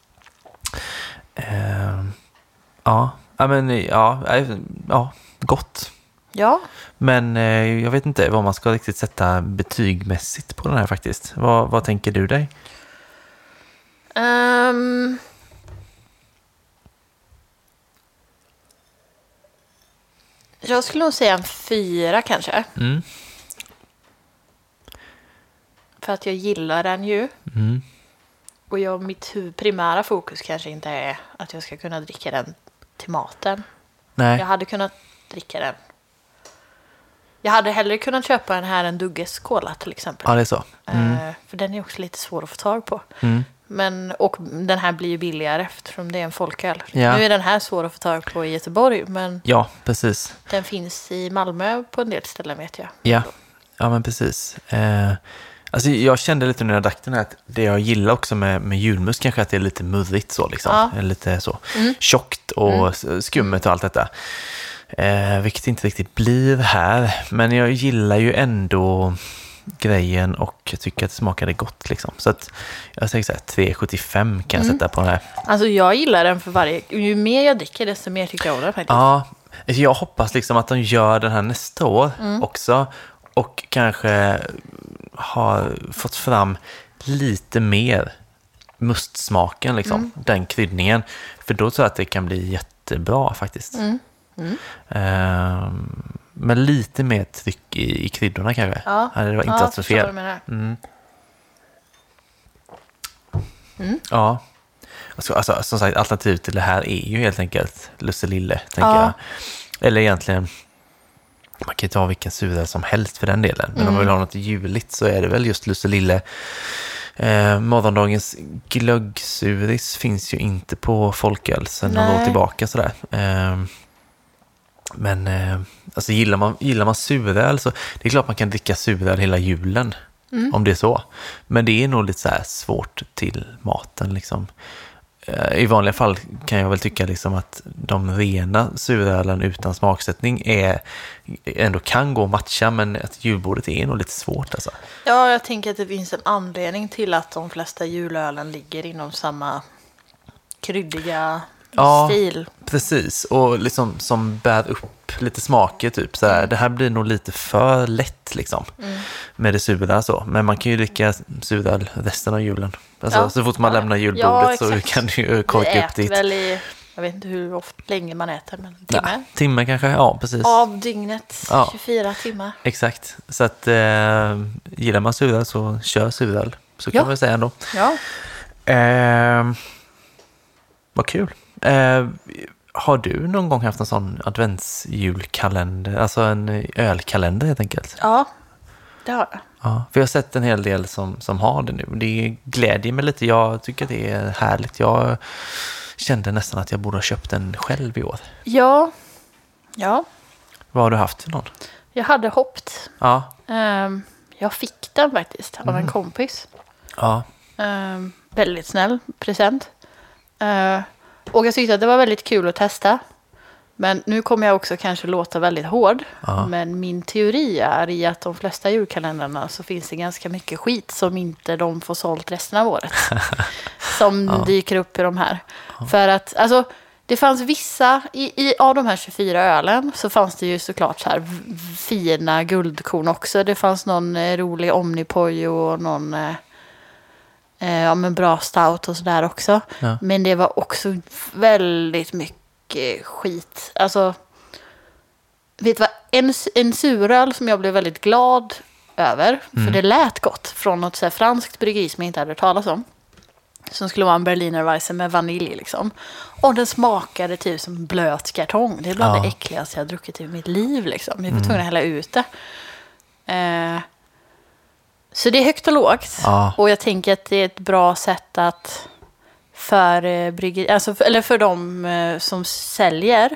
S2: Gott. Ja. Men jag vet inte vad man ska riktigt sätta betygmässigt på den här faktiskt. Vad tänker du dig?
S1: Jag skulle nog säga en 4 kanske. För att jag gillar den ju. Och mitt primära fokus kanske inte är att jag ska kunna dricka den till maten. Nej. Jag hade kunnat dricka den. Jag hade hellre kunnat köpa den här än Dugges Cola till exempel.
S2: Ja, det är så.
S1: För den är också lite svår att få tag på. Och den här blir ju billigare eftersom det är en folköl. Ja. Nu är den här svår att få tag på i Göteborg, men
S2: ja, precis.
S1: Den finns i Malmö på en del ställen, vet jag.
S2: Ja men precis. Alltså jag kände lite när jag drack den här att det jag gillar också med julmust kanske att det är lite murrigt så liksom. Lite så tjockt och skummet och allt detta. Vilket inte riktigt blir här. Men jag gillar ju ändå grejen och jag tycker att det smakade gott liksom. Så att jag säger så här 3,75 kan jag sätta på den här.
S1: Alltså jag gillar den för ju mer jag dricker desto mer tycker jag om den faktiskt.
S2: Ja, jag hoppas liksom att de gör den här nästa år också och kanske har fått fram lite mer mustsmaken liksom, den kryddningen. För då tror jag att det kan bli jättebra faktiskt. Men lite mer tryck i kryddorna kanske. Ja, det var inte varit så fel. Ja. Alltså, som sagt, alternativet till det här är ju helt enkelt lusselille, tänker jag. Eller egentligen, man kan ju ta vilken sura som helst för den delen. Men om man vill ha något juligt så är det väl just lusselille. Morgondagens glöggsuris finns ju inte på folköl sen några år tillbaka sådär. Men alltså gillar man suröl så det är klart man kan dricka suröl hela julen om det är så. Men det är nog lite så här svårt till maten liksom. I vanliga fall kan jag väl tycka liksom att de rena surölen utan smaksättning ändå kan gå att matcha, men att julbordet är nog lite svårt alltså.
S1: Ja, jag tänker att det finns en anledning till att de flesta julölen ligger inom samma kryddiga stil.
S2: Precis. Och liksom som bär upp lite smaker typ. Så här, det här blir nog lite för lätt liksom. Med det sura så. Men man kan ju dricka suröl resten av julen. Alltså, så fort man lämnar julbordet så kan du ju korka upp ditt.
S1: Jag vet inte hur ofta länge man äter, men
S2: timme kanske, ja precis.
S1: Av dygnet, 24 timmar.
S2: Exakt, så att gillar man suröl så kör suröl. Så kan man säga ändå.
S1: Ja.
S2: Vad kul. Har du någon gång haft en sån adventsjulkalender, alltså en ölkalender helt enkelt?
S1: Ja, det har jag.
S2: Ja, för jag har sett en hel del som har det nu. Det glädjer mig lite, jag tycker det är härligt. Jag kände nästan att jag borde ha köpt den själv i år.
S1: Ja.
S2: Vad har du haft för någon?
S1: Jag hade hoppt.
S2: Ja.
S1: Jag fick den faktiskt av en kompis.
S2: Ja.
S1: Väldigt snäll present. Och jag tyckte att det var väldigt kul att testa. Men nu kommer jag också kanske låta väldigt hård. Ja. Men min teori är i att de flesta julkalendrarna så finns det ganska mycket skit som inte de får sålt resten av året. Som dyker upp i de här. Ja. För att, alltså, det fanns vissa, av de här 24 ölen så fanns det ju såklart så här fina guldkorn också. Det fanns någon rolig Omnipoj och någon men bra stout och sådär också. Ja. Men det var också väldigt mycket skit. Alltså, vet du vad? En suröl som jag blev väldigt glad över, för det lät gott, från något så här franskt bryggeri som jag inte hade talat om. Som skulle vara en Berliner Weisse med vanilj liksom. Och den smakade typ som blöt kartong. Det är bland det äckligaste jag har druckit i mitt liv liksom. Jag var tvungen att hälla ut det. Så det är högt och lågt. Ja. Och jag tänker att det är ett bra sätt att för bryggeri, alltså eller för de som säljer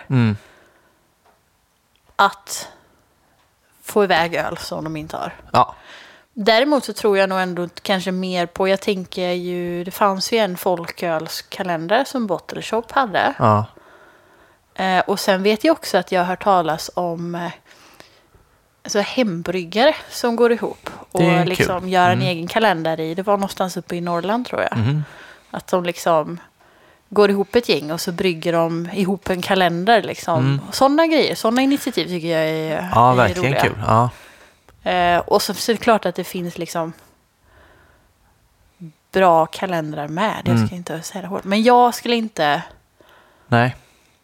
S1: att få iväg öl som de inte har. Ja. Däremot så tror jag nog ändå kanske mer på, jag tänker ju, det fanns ju en folkölskalender som Bottle Shop hade. Ja. Och sen vet jag också att jag har hört talas om alltså hembryggare som går ihop och liksom gör en egen kalender i. Det var någonstans uppe i Norrland tror jag. Att de liksom går ihop ett gäng och så brygger de ihop en kalender liksom. Sådana grejer, sådana initiativ tycker jag är
S2: verkligen roliga. Kul. Ja.
S1: Och så är det klart att det finns liksom bra kalendrar med. Jag ska inte säga det hårt. Men jag skulle inte...
S2: Nej.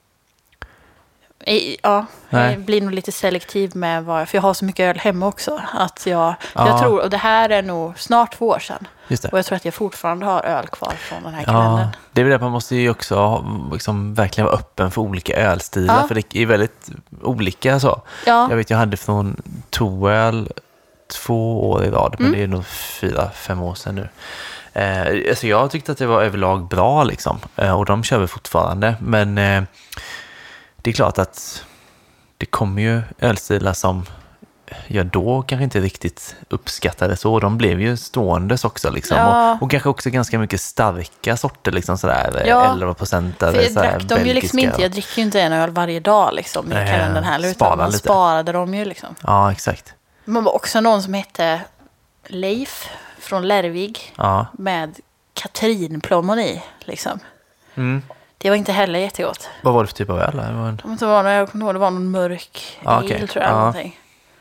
S1: Ja, jag blir nog lite selektiv med vad... För jag har så mycket öl hemma också. Att jag tror... Och det här är nog snart 2 år sedan. Just det. Och jag tror att jag fortfarande har öl kvar från den här kalendern.
S2: Ja, det är väl det, man måste ju också liksom verkligen vara öppen för olika ölstilar. För det är väldigt olika så. Ja. Jag vet, jag hade från Toöl 2 år i rad. Men det är nog 4-5 år sedan nu. Alltså jag tyckte att det var överlag bra liksom. Och de kör vi fortfarande. Men det är klart att det kommer ju ölstilar som jag då kanske inte riktigt uppskattade så. De blev ju ståendes också liksom. Ja. Och kanske också ganska mycket starka sorter liksom sådär. 11%.
S1: För jag drack dem ju liksom inte. Jag dricker ju inte en öl varje dag liksom i kalendern här. Utan man sparade dem ju liksom.
S2: Ja, exakt.
S1: Man var också någon som hette Leif från Lärvig med Katrinplommon i liksom. Det var inte heller jättegott.
S2: Vad var det för typ av öl?
S1: Det var någon mörk ale tror jag. Någonting.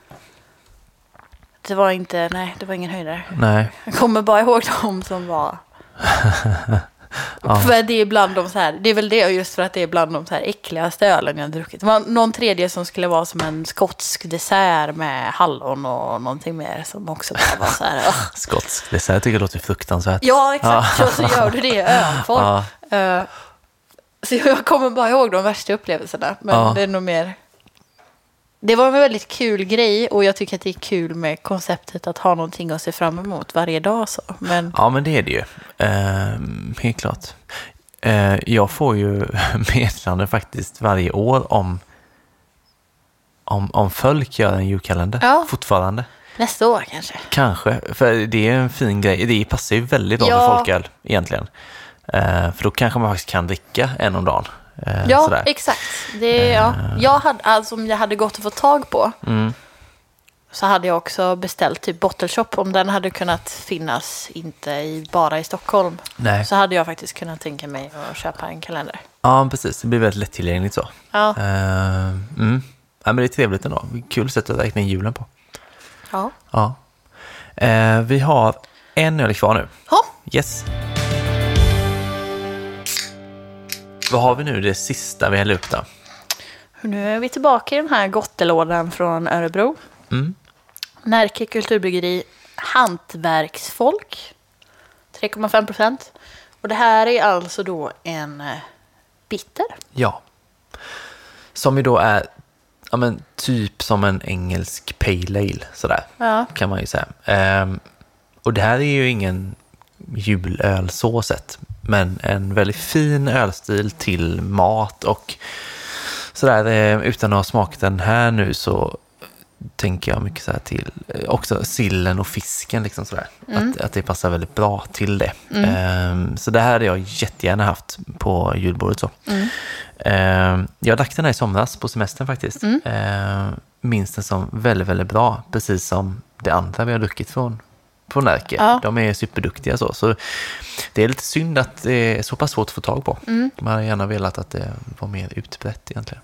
S1: Det var inte, det var ingen höjdare.
S2: Nej.
S1: Jag kommer bara ihåg dem som var... För det är bland de så här, det är väl det just för att det är bland de så här äckligaste ölen jag har druckit. Det var någon tredje som skulle vara som en skotsk dessert med hallon och någonting mer som också bara var så här.
S2: Skotsk dessert tycker jag låter fruktansvärt.
S1: Ja, exakt. Så gör du det i ölform. Så jag kommer bara ihåg de värsta upplevelserna. Men det är nog mer... Det var en väldigt kul grej och jag tycker att det är kul med konceptet att ha någonting att se fram emot varje dag. Så. Men...
S2: Ja, men det är det ju. Helt klart. Jag får ju meddelande faktiskt varje år om folk gör en julkalender fortfarande.
S1: Nästa år kanske.
S2: Kanske, för det är en fin grej. Det passar ju väldigt bra för folköl egentligen. För då kanske man faktiskt kan dricka en om dagen.
S1: Sådär. Exakt. Det, jag hade, alltså, om jag hade gått att få tag på så hade jag också beställt typ Bottle Shop. Om den hade kunnat finnas inte bara i Stockholm.
S2: Nej.
S1: Så hade jag faktiskt kunnat tänka mig att köpa en kalender.
S2: Ja, precis. Det blir väldigt lättillgängligt så.
S1: Ja.
S2: Ja, men det är trevligt ändå. Kul sätt att räkna in julen på.
S1: Ja.
S2: Ja. Vi har en öl kvar nu.
S1: Ja.
S2: Yes. Vad har vi nu det sista vi häller upp då?
S1: Nu är vi tillbaka i den här gottelådan från Örebro. Närke kulturbryggeri, hantverksfolk. 3,5%. Och det här är alltså då en bitter.
S2: Ja. Som ju då är typ som en engelsk pale ale, sådär.
S1: Ja.
S2: Kan man ju säga. Och det här är ju ingen julöl så sett, men en väldigt fin ölstil till mat och sådär. Utan att ha smakat den här nu så tänker jag mycket så här till också sillen och fisken liksom sådär. Att det passar väldigt bra till det. Så det här hade jag jättegärna haft på julbordet så. Jag drack den här i somras på semestern faktiskt. Minns den som väldigt, väldigt bra. Precis som det andra vi har druckit från Närke. Ja. De är superduktiga så det är lite synd att det är så pass svårt att få tag på. Man hade gärna velat att det var mer utbrett egentligen.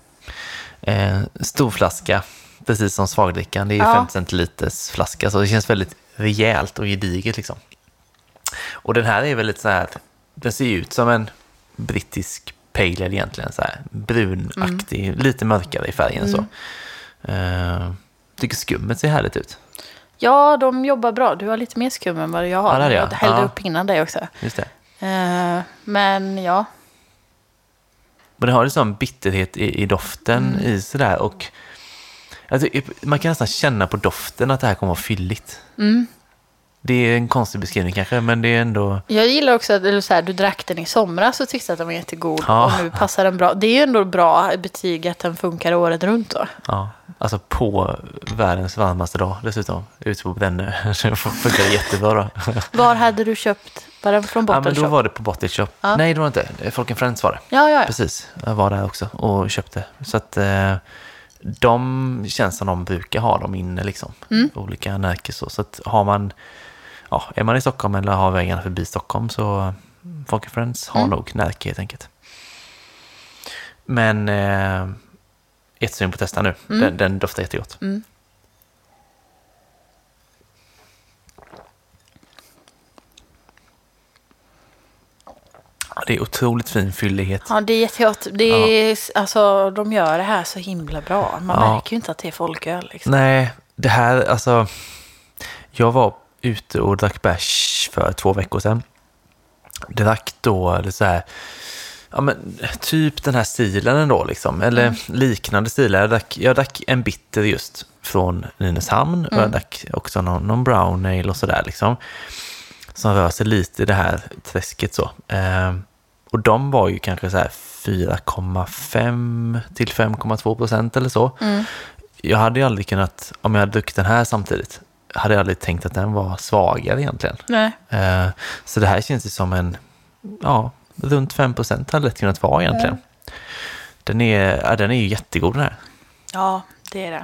S2: Stor flaska, precis som svagdrickan. Det är 50 centiliters flaska, så det känns väldigt rejält och gediget liksom. Och den här är väldigt så här, den ser ut som en brittisk pale ale egentligen, så här brunaktig, lite mörkare i färgen så. Tycker skummet ser härligt ut.
S1: Ja, de jobbar bra. Du har lite mer skum än vad jag har.
S2: Ja,
S1: jag hällde upp innan dig också.
S2: Just det.
S1: Men ja.
S2: Men det har ju sån bitterhet i doften i sådär. Och alltså, man kan nästan känna på doften att det här kommer att vara fylligt. Det är en konstig beskrivning kanske, men det är ändå...
S1: Jag gillar också att du drack den i somras och tyckte att den var jättegod. Ja. Och nu passar den bra. Det är ju ändå bra betyg att den funkar året runt då.
S2: Ja, alltså på världens varmaste dag dessutom. Ute på Brännö. Det funkar jättebra då.
S1: Var hade du köpt? Var den från Bottle Shop?
S2: Ja, men då var det på Bottle Shop. Ja. Nej, det var det inte. Folk and Friends var det.
S1: Ja.
S2: Precis, jag var där också och köpte. Så att de känns som de brukar ha dem inne liksom. Olika Närke så att har man... Ja, är man i Stockholm eller har vägarna förbi Stockholm så Folk and Friends har nog Närke helt enkelt. Men jättesugen på att testa nu. Den doftar jättegott. Ja, det är otroligt fin fyllighet.
S1: Ja, det är jättegott. Det är, alltså, de gör det här så himla bra. Man märker ju inte att det är folköl. Liksom.
S2: Nej, det här, alltså... Jag var ute och drack bärs för 2 veckor sedan. Drack då det så här, ja men typ den här stilen ändå liksom, eller liknande stilar. Jag drack en bitter just från Nynäshamn och jag drack också någon brown ale och sådär liksom, som rör sig lite i det här träsket så. Och de var ju kanske så här 4,5 till 5,2% eller så. Jag hade ju aldrig kunnat, om jag hade druckit den här samtidigt, hade jag aldrig tänkt att den var svagare egentligen.
S1: Nej.
S2: Så det här känns ju som en, runt 5% hade lätt kunnat vara egentligen. Den är ju jättegod den här.
S1: Ja, det är det.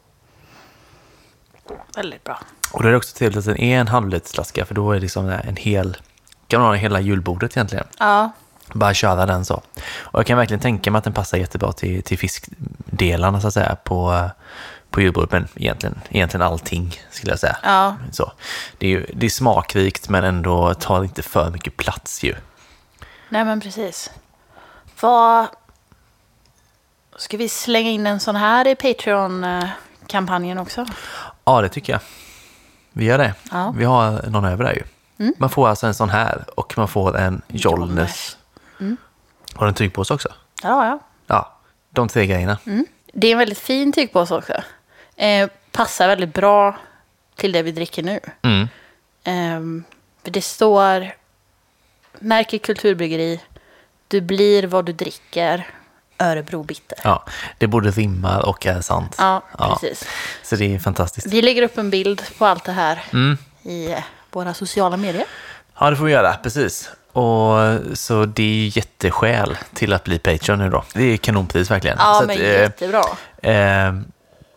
S1: Väldigt bra.
S2: Och då är det också trevligt att den är en halvlitersflaska, för då är det liksom en hel, kan man ha hela julbordet egentligen. Ja. Bara köra den så. Och jag kan verkligen tänka mig att den passar jättebra till fiskdelarna så att säga på julbordet, men egentligen allting skulle jag säga. Ja. Så. Det är smakrikt men ändå tar inte för mycket plats ju. Nej men precis. Ska vi slänga in en sån här i Patreon-kampanjen också? Ja, det tycker jag. Vi gör det. Ja. Vi har någon över där ju. Man får alltså en sån här och man får en Jollners. Har du en tygpåse också? Ja. Ja, de 3 grejerna. Det är en väldigt fin tygpåse också. Passar väldigt bra till det vi dricker nu. För det står Närke kulturbryggeri, du blir vad du dricker, Örebro bitter. Ja, det både rimmar och är sant. Ja, precis. Så det är fantastiskt. Vi lägger upp en bild på allt det här i våra sociala medier. Ja, det får vi göra, precis. Och så det är jätteskäl till att bli Patreon nu då. Det är kanonpris verkligen. Ja, så men jättebra.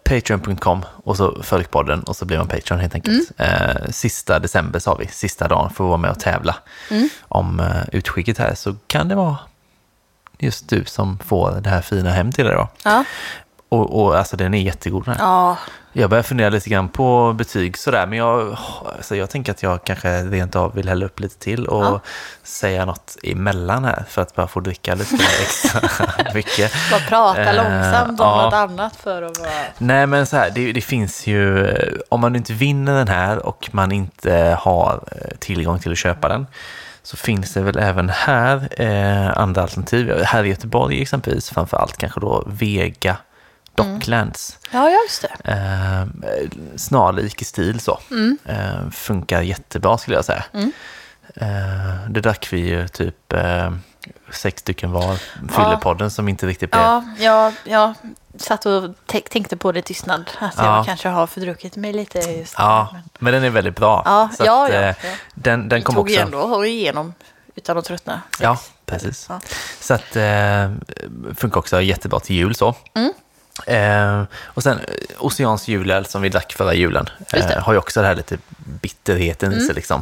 S2: Patreon.com och så följ podden och så blir man Patreon helt enkelt. Sista december sa vi, sista dagen för att vara med och tävla om utskicket här, så kan det vara just du som får det här fina hem till dig då.
S1: Ja.
S2: Och alltså den är jättegod den här.
S1: Ja.
S2: Jag börjar fundera lite grann på betyg sådär, men jag tänker att jag kanske rent av vill hälla upp lite till och säga något emellan här för att bara få dricka lite extra mycket.
S1: Bara prata långsamt om något annat för att vara...
S2: Nej, men så här, det finns ju, om man inte vinner den här och man inte har tillgång till att köpa den, så finns det väl även här andra alternativ. Här i Göteborg exempelvis, framförallt kanske då Vega Docklands.
S1: Ja, just det.
S2: Snarlik i stil så. Funkar jättebra skulle jag säga. Det drack vi ju typ 6 stycken var, fyllepodden som inte riktigt blev...
S1: Jag satt och tänkte på det tystnad. Att jag kanske har fördruckit mig lite just
S2: men den är väldigt bra.
S1: Ja,
S2: så Den kom också...
S1: ändå igenom utan att tröttna.
S2: Ja, precis. Ja. Så att funkar också jättebra till jul så. Och sen Oceans julöl som vi drack förra julen har ju också det här lite bitterheten i sig liksom.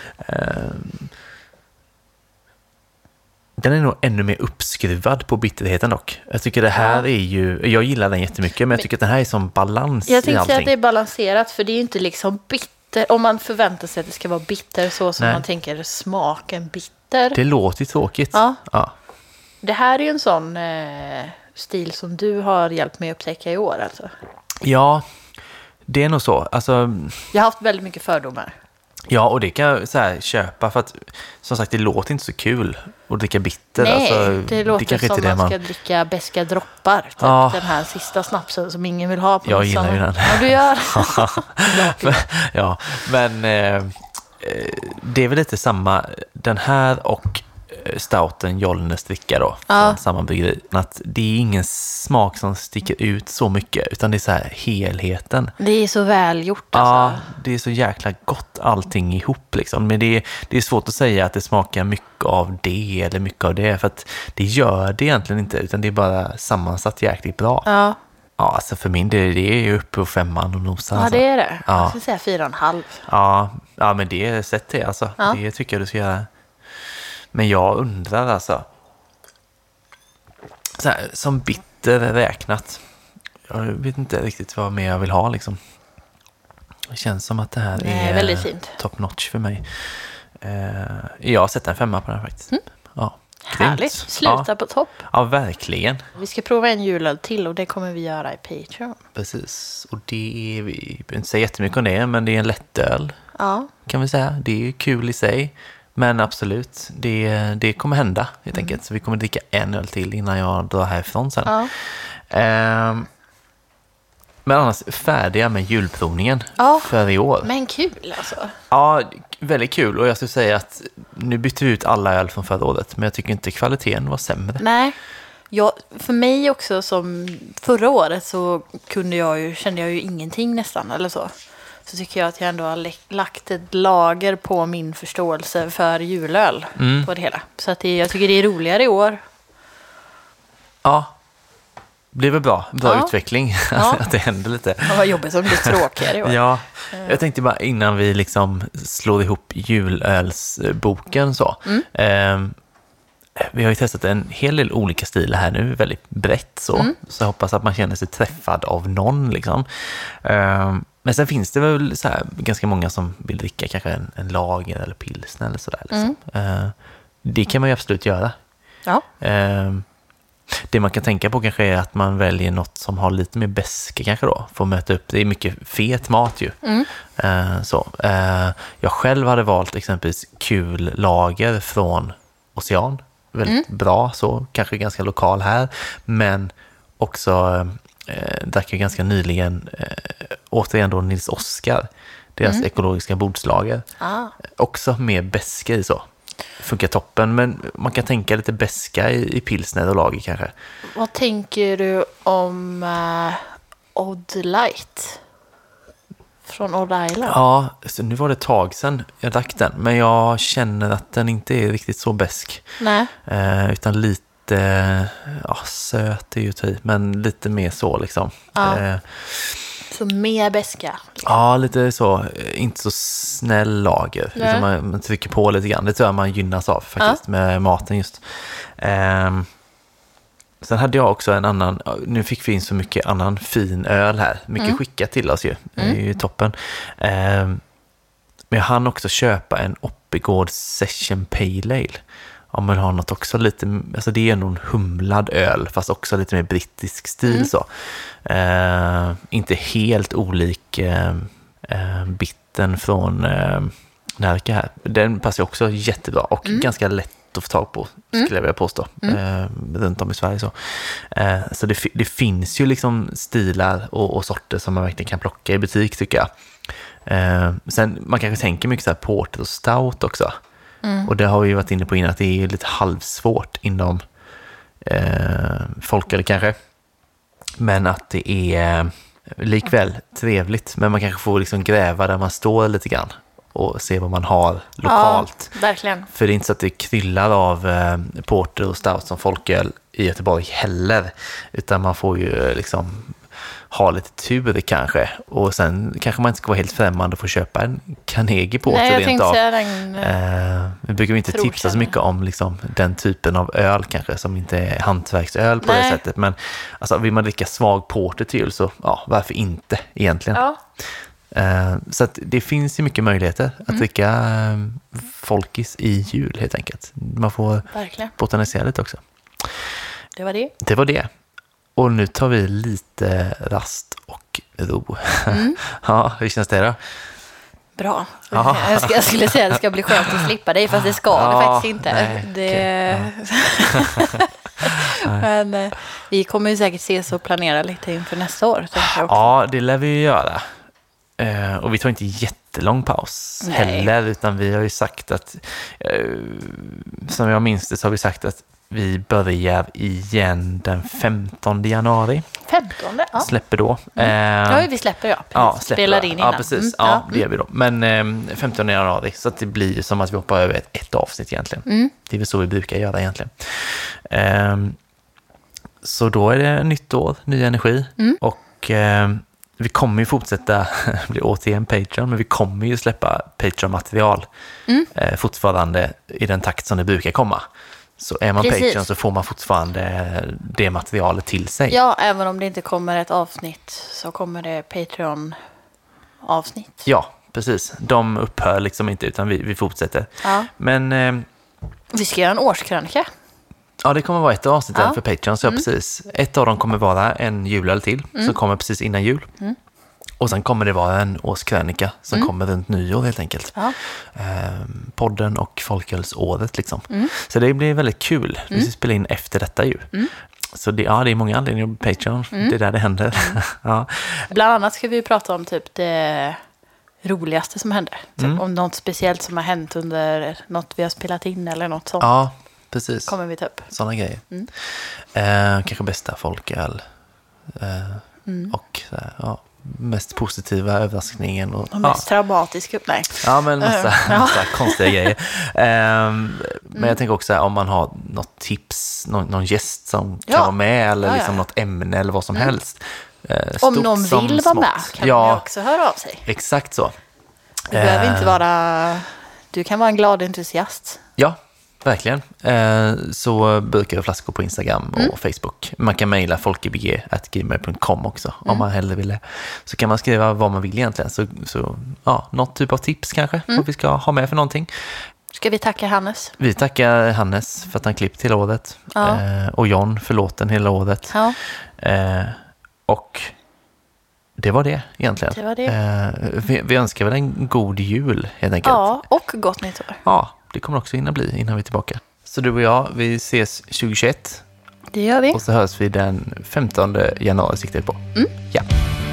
S2: Den är nog ännu mer uppskruvad på bitterheten dock. Jag tycker det här är ju, jag gillar den jättemycket, men jag tycker att den här är som balans i allting.
S1: Jag tänkte säga att det är balanserat, för det är ju inte liksom bitter, om man förväntar sig att det ska vara bitter så som man tänker smaken bitter.
S2: Det låter ju tråkigt. Ja.
S1: Det här är ju en sån stil som du har hjälpt mig att upptäcka i år alltså. Ja,
S2: det är nog så. Alltså,
S1: jag har haft väldigt mycket fördomar.
S2: Ja, och det kan jag så här köpa för att, som sagt, det låter inte så kul att dricka bitter.
S1: Nej,
S2: alltså,
S1: det låter som
S2: inte
S1: man ska dricka beska droppar. Typ den här sista snapsen som ingen vill ha på.
S2: Jag gillar ju den.
S1: Ja, du gör.
S2: men det är väl lite samma, den här och stouten Jollnes dricka då, från samma bryggeri. Att det är ingen smak som sticker ut så mycket, utan det är så här helheten.
S1: Det är så välgjort alltså.
S2: Ja, det är så jäkla gott allting ihop liksom. Men det är svårt att säga att det smakar mycket av det eller mycket av det, för att det gör det egentligen inte, utan det är bara sammansatt jäkligt bra. Ja, alltså för min del, det är ju uppe på 5 och nosar.
S1: Ja,
S2: alltså.
S1: det är det. Jag skulle säga 4,5.
S2: Ja, men det är sett det alltså. Det tycker jag du ska göra. Men jag undrar alltså, så här, som bitter räknat, jag vet inte riktigt vad mer jag vill ha liksom. Det känns som att det här är
S1: väldigt fint.
S2: Top notch för mig. Jag har sett en 5 på den faktiskt. Ja,
S1: härligt, sluta på topp.
S2: Ja, verkligen.
S1: Vi ska prova en julöl till och det kommer vi göra i Patreon.
S2: Precis, och det är, vi behöver inte säga jättemycket om det, men det är en lättöl kan vi säga. Det är kul i sig. Men absolut, det kommer hända helt enkelt. Så vi kommer dricka en öl till innan jag drar härifrån sen. Men annars färdiga med julprovningen för i år. Men
S1: kul alltså.
S2: Ja, väldigt kul. Och jag skulle säga att nu bytte vi ut alla öl från förra året. Men jag tycker inte kvaliteten var sämre.
S1: Nej, för mig också som förra året så kände jag ju ingenting nästan eller så. Så tycker jag att jag ändå har lagt ett lager på min förståelse för julöl på det hela. Så att jag tycker det är roligare i år.
S2: Ja, det blir väl bra utveckling. Att det händer lite.
S1: Ja, vad jobbigt om det blir tråkigare i år.
S2: Ja, jag tänkte bara innan vi liksom slår ihop julölsboken så. Vi har ju testat en hel del olika stilar här nu, väldigt brett så. Så jag hoppas att man känner sig träffad av någon liksom. Men sen finns det väl så här ganska många som vill dricka kanske en lager eller pilsner eller sådär. Liksom. Det kan man ju absolut göra. Ja. Det man kan tänka på kanske är att man väljer något som har lite mer beska kanske då. För att möta upp, det är mycket fet mat ju. Jag själv hade valt exempelvis kul lager från Ocean. Väldigt bra så, kanske ganska lokal här. Men också drack jag ganska nyligen återigen då Nils Oskar, deras ekologiska bordslager. Också mer beska i så. Funkar toppen, men man kan tänka lite beska i pilsner och lager kanske.
S1: Vad tänker du om Odd Light från Odd Island?
S2: Ja, så nu var det ett tag sedan jag drack den, men jag känner att den inte är riktigt så besk.
S1: Nej.
S2: Utan lite söt är ju typ, men lite mer så liksom.
S1: Ja. Så mer beska.
S2: Ja, lite så. Inte så snäll lager. Liksom man trycker på lite grann. Det tror jag man gynnas av faktiskt med maten just. Sen hade jag också en annan, nu fick vi in så mycket annan fin öl här. Mycket skickat till oss ju. Det är ju toppen. Men jag hann också köpa en Oppigård Session Pale Ale. Om man har något också lite, alltså det är någon humlad öl fast också lite mer brittisk stil så. Inte helt olik bitten från Närke här. Den passar också jättebra och ganska lätt att få tag på, skulle jag vilja påstå, runt om i Sverige så. Så det finns ju liksom stilar och sorter som man verkligen kan plocka i butik tycker jag. Sen man kanske tänker mycket så här porter och stout också. Och det har vi ju varit inne på innan att det är lite halvsvårt inom folk eller kanske. Men att det är likväl trevligt. Men man kanske får liksom gräva där man står lite grann och se vad man har lokalt.
S1: Ja, verkligen.
S2: För det är inte så att det kryllar av porter och stout som folköl i Göteborg heller. Utan man får ju liksom ha lite tur kanske. Och sen kanske man inte ska vara helt främmande och få köpa en Carnegie Porter.
S1: Nej, jag
S2: tänkte
S1: säga den.
S2: Vi brukar inte tipsa så mycket om liksom, den typen av öl kanske som inte är hantverksöl på det sättet. Men alltså, vill man dricka svag porter till så varför inte egentligen?
S1: Ja.
S2: Så att det finns ju mycket möjligheter att dricka folkis i jul helt enkelt. Man får botanisera lite också.
S1: Det var det.
S2: Det var det. Och nu tar vi lite rast och ro. Ja, hur känns det då?
S1: Bra. Jag skulle säga att det ska bli skönt att slippa dig, fast det ska det faktiskt inte. Men vi kommer ju säkert ses och planera lite inför nästa år.
S2: Ja, det lär vi ju göra. Och vi tar inte jättelång paus heller, utan vi har ju sagt att, som jag minns det så har vi sagt att vi börjar igen den 15 januari.
S1: 15? Ja.
S2: Släpper då.
S1: Vi släpper, spelar in innan.
S2: Ja, precis. Det gör vi då. Men 15 januari, så att det blir som att vi hoppar över ett avsnitt egentligen. Det är väl så vi brukar göra egentligen. Så då är det nytt år, ny energi. Och vi kommer ju fortsätta, det blir återigen Patreon, men vi kommer ju släppa Patreon-material fortfarande i den takt som det brukar komma. Så är man Patreon så får man fortfarande det materialet till sig. Ja,
S1: även om det inte kommer ett avsnitt så kommer det Patreon-avsnitt.
S2: Ja, precis. De upphör liksom inte utan vi fortsätter. Ja. Men
S1: vi ska göra en årskrönika.
S2: Ja, det kommer vara ett avsnitt för Patreon, så precis. Ett av dem kommer vara en julöl till som kommer precis innan jul. Och sen kommer det vara en årskrönika som kommer runt nyår helt enkelt. Ja. Podden och folkölsåret liksom. Så det blir väldigt kul. Vi ska spela in efter detta ju. Så det är många anledningar på Patreon. Det är där det händer. Ja.
S1: Bland annat ska vi prata om typ det roligaste som hände. Typ om något speciellt som har hänt under något vi har spelat in eller något sånt.
S2: Ja, precis.
S1: Kommer vi ta upp.
S2: Sådana grejer. Kanske bästa folköl. Och mest positiva överraskningen. Och
S1: mest traumatiska. Nej.
S2: Ja, men massa konstiga grejer. Men jag tänker också om man har något tips, någon gäst som kan vara med eller liksom något ämne eller vad som helst.
S1: Om någon vill vara med kan man också höra av sig.
S2: Exakt så.
S1: Du behöver inte vara... Du kan vara en glad entusiast.
S2: Ja, verkligen. Så brukar jag flaskor på Instagram och Facebook. Man kan mejla folkebg@gmail.com också om man hellre vill. Så kan man skriva vad man vill egentligen. Så något typ av tips kanske vad vi ska ha med för någonting.
S1: Ska vi tacka Hannes?
S2: Vi tackar Hannes för att han klippt hela året. Ja. Och John för låten hela året. Ja. Och det var det egentligen.
S1: Det var det.
S2: Vi önskar väl en god jul helt enkelt.
S1: Ja, och gott nytt år.
S2: Ja, det kommer också innan vi är tillbaka. Så du och jag, vi ses 2021.
S1: Det gör vi.
S2: Och så hörs vi den 15 januari siktar vi på. Ja.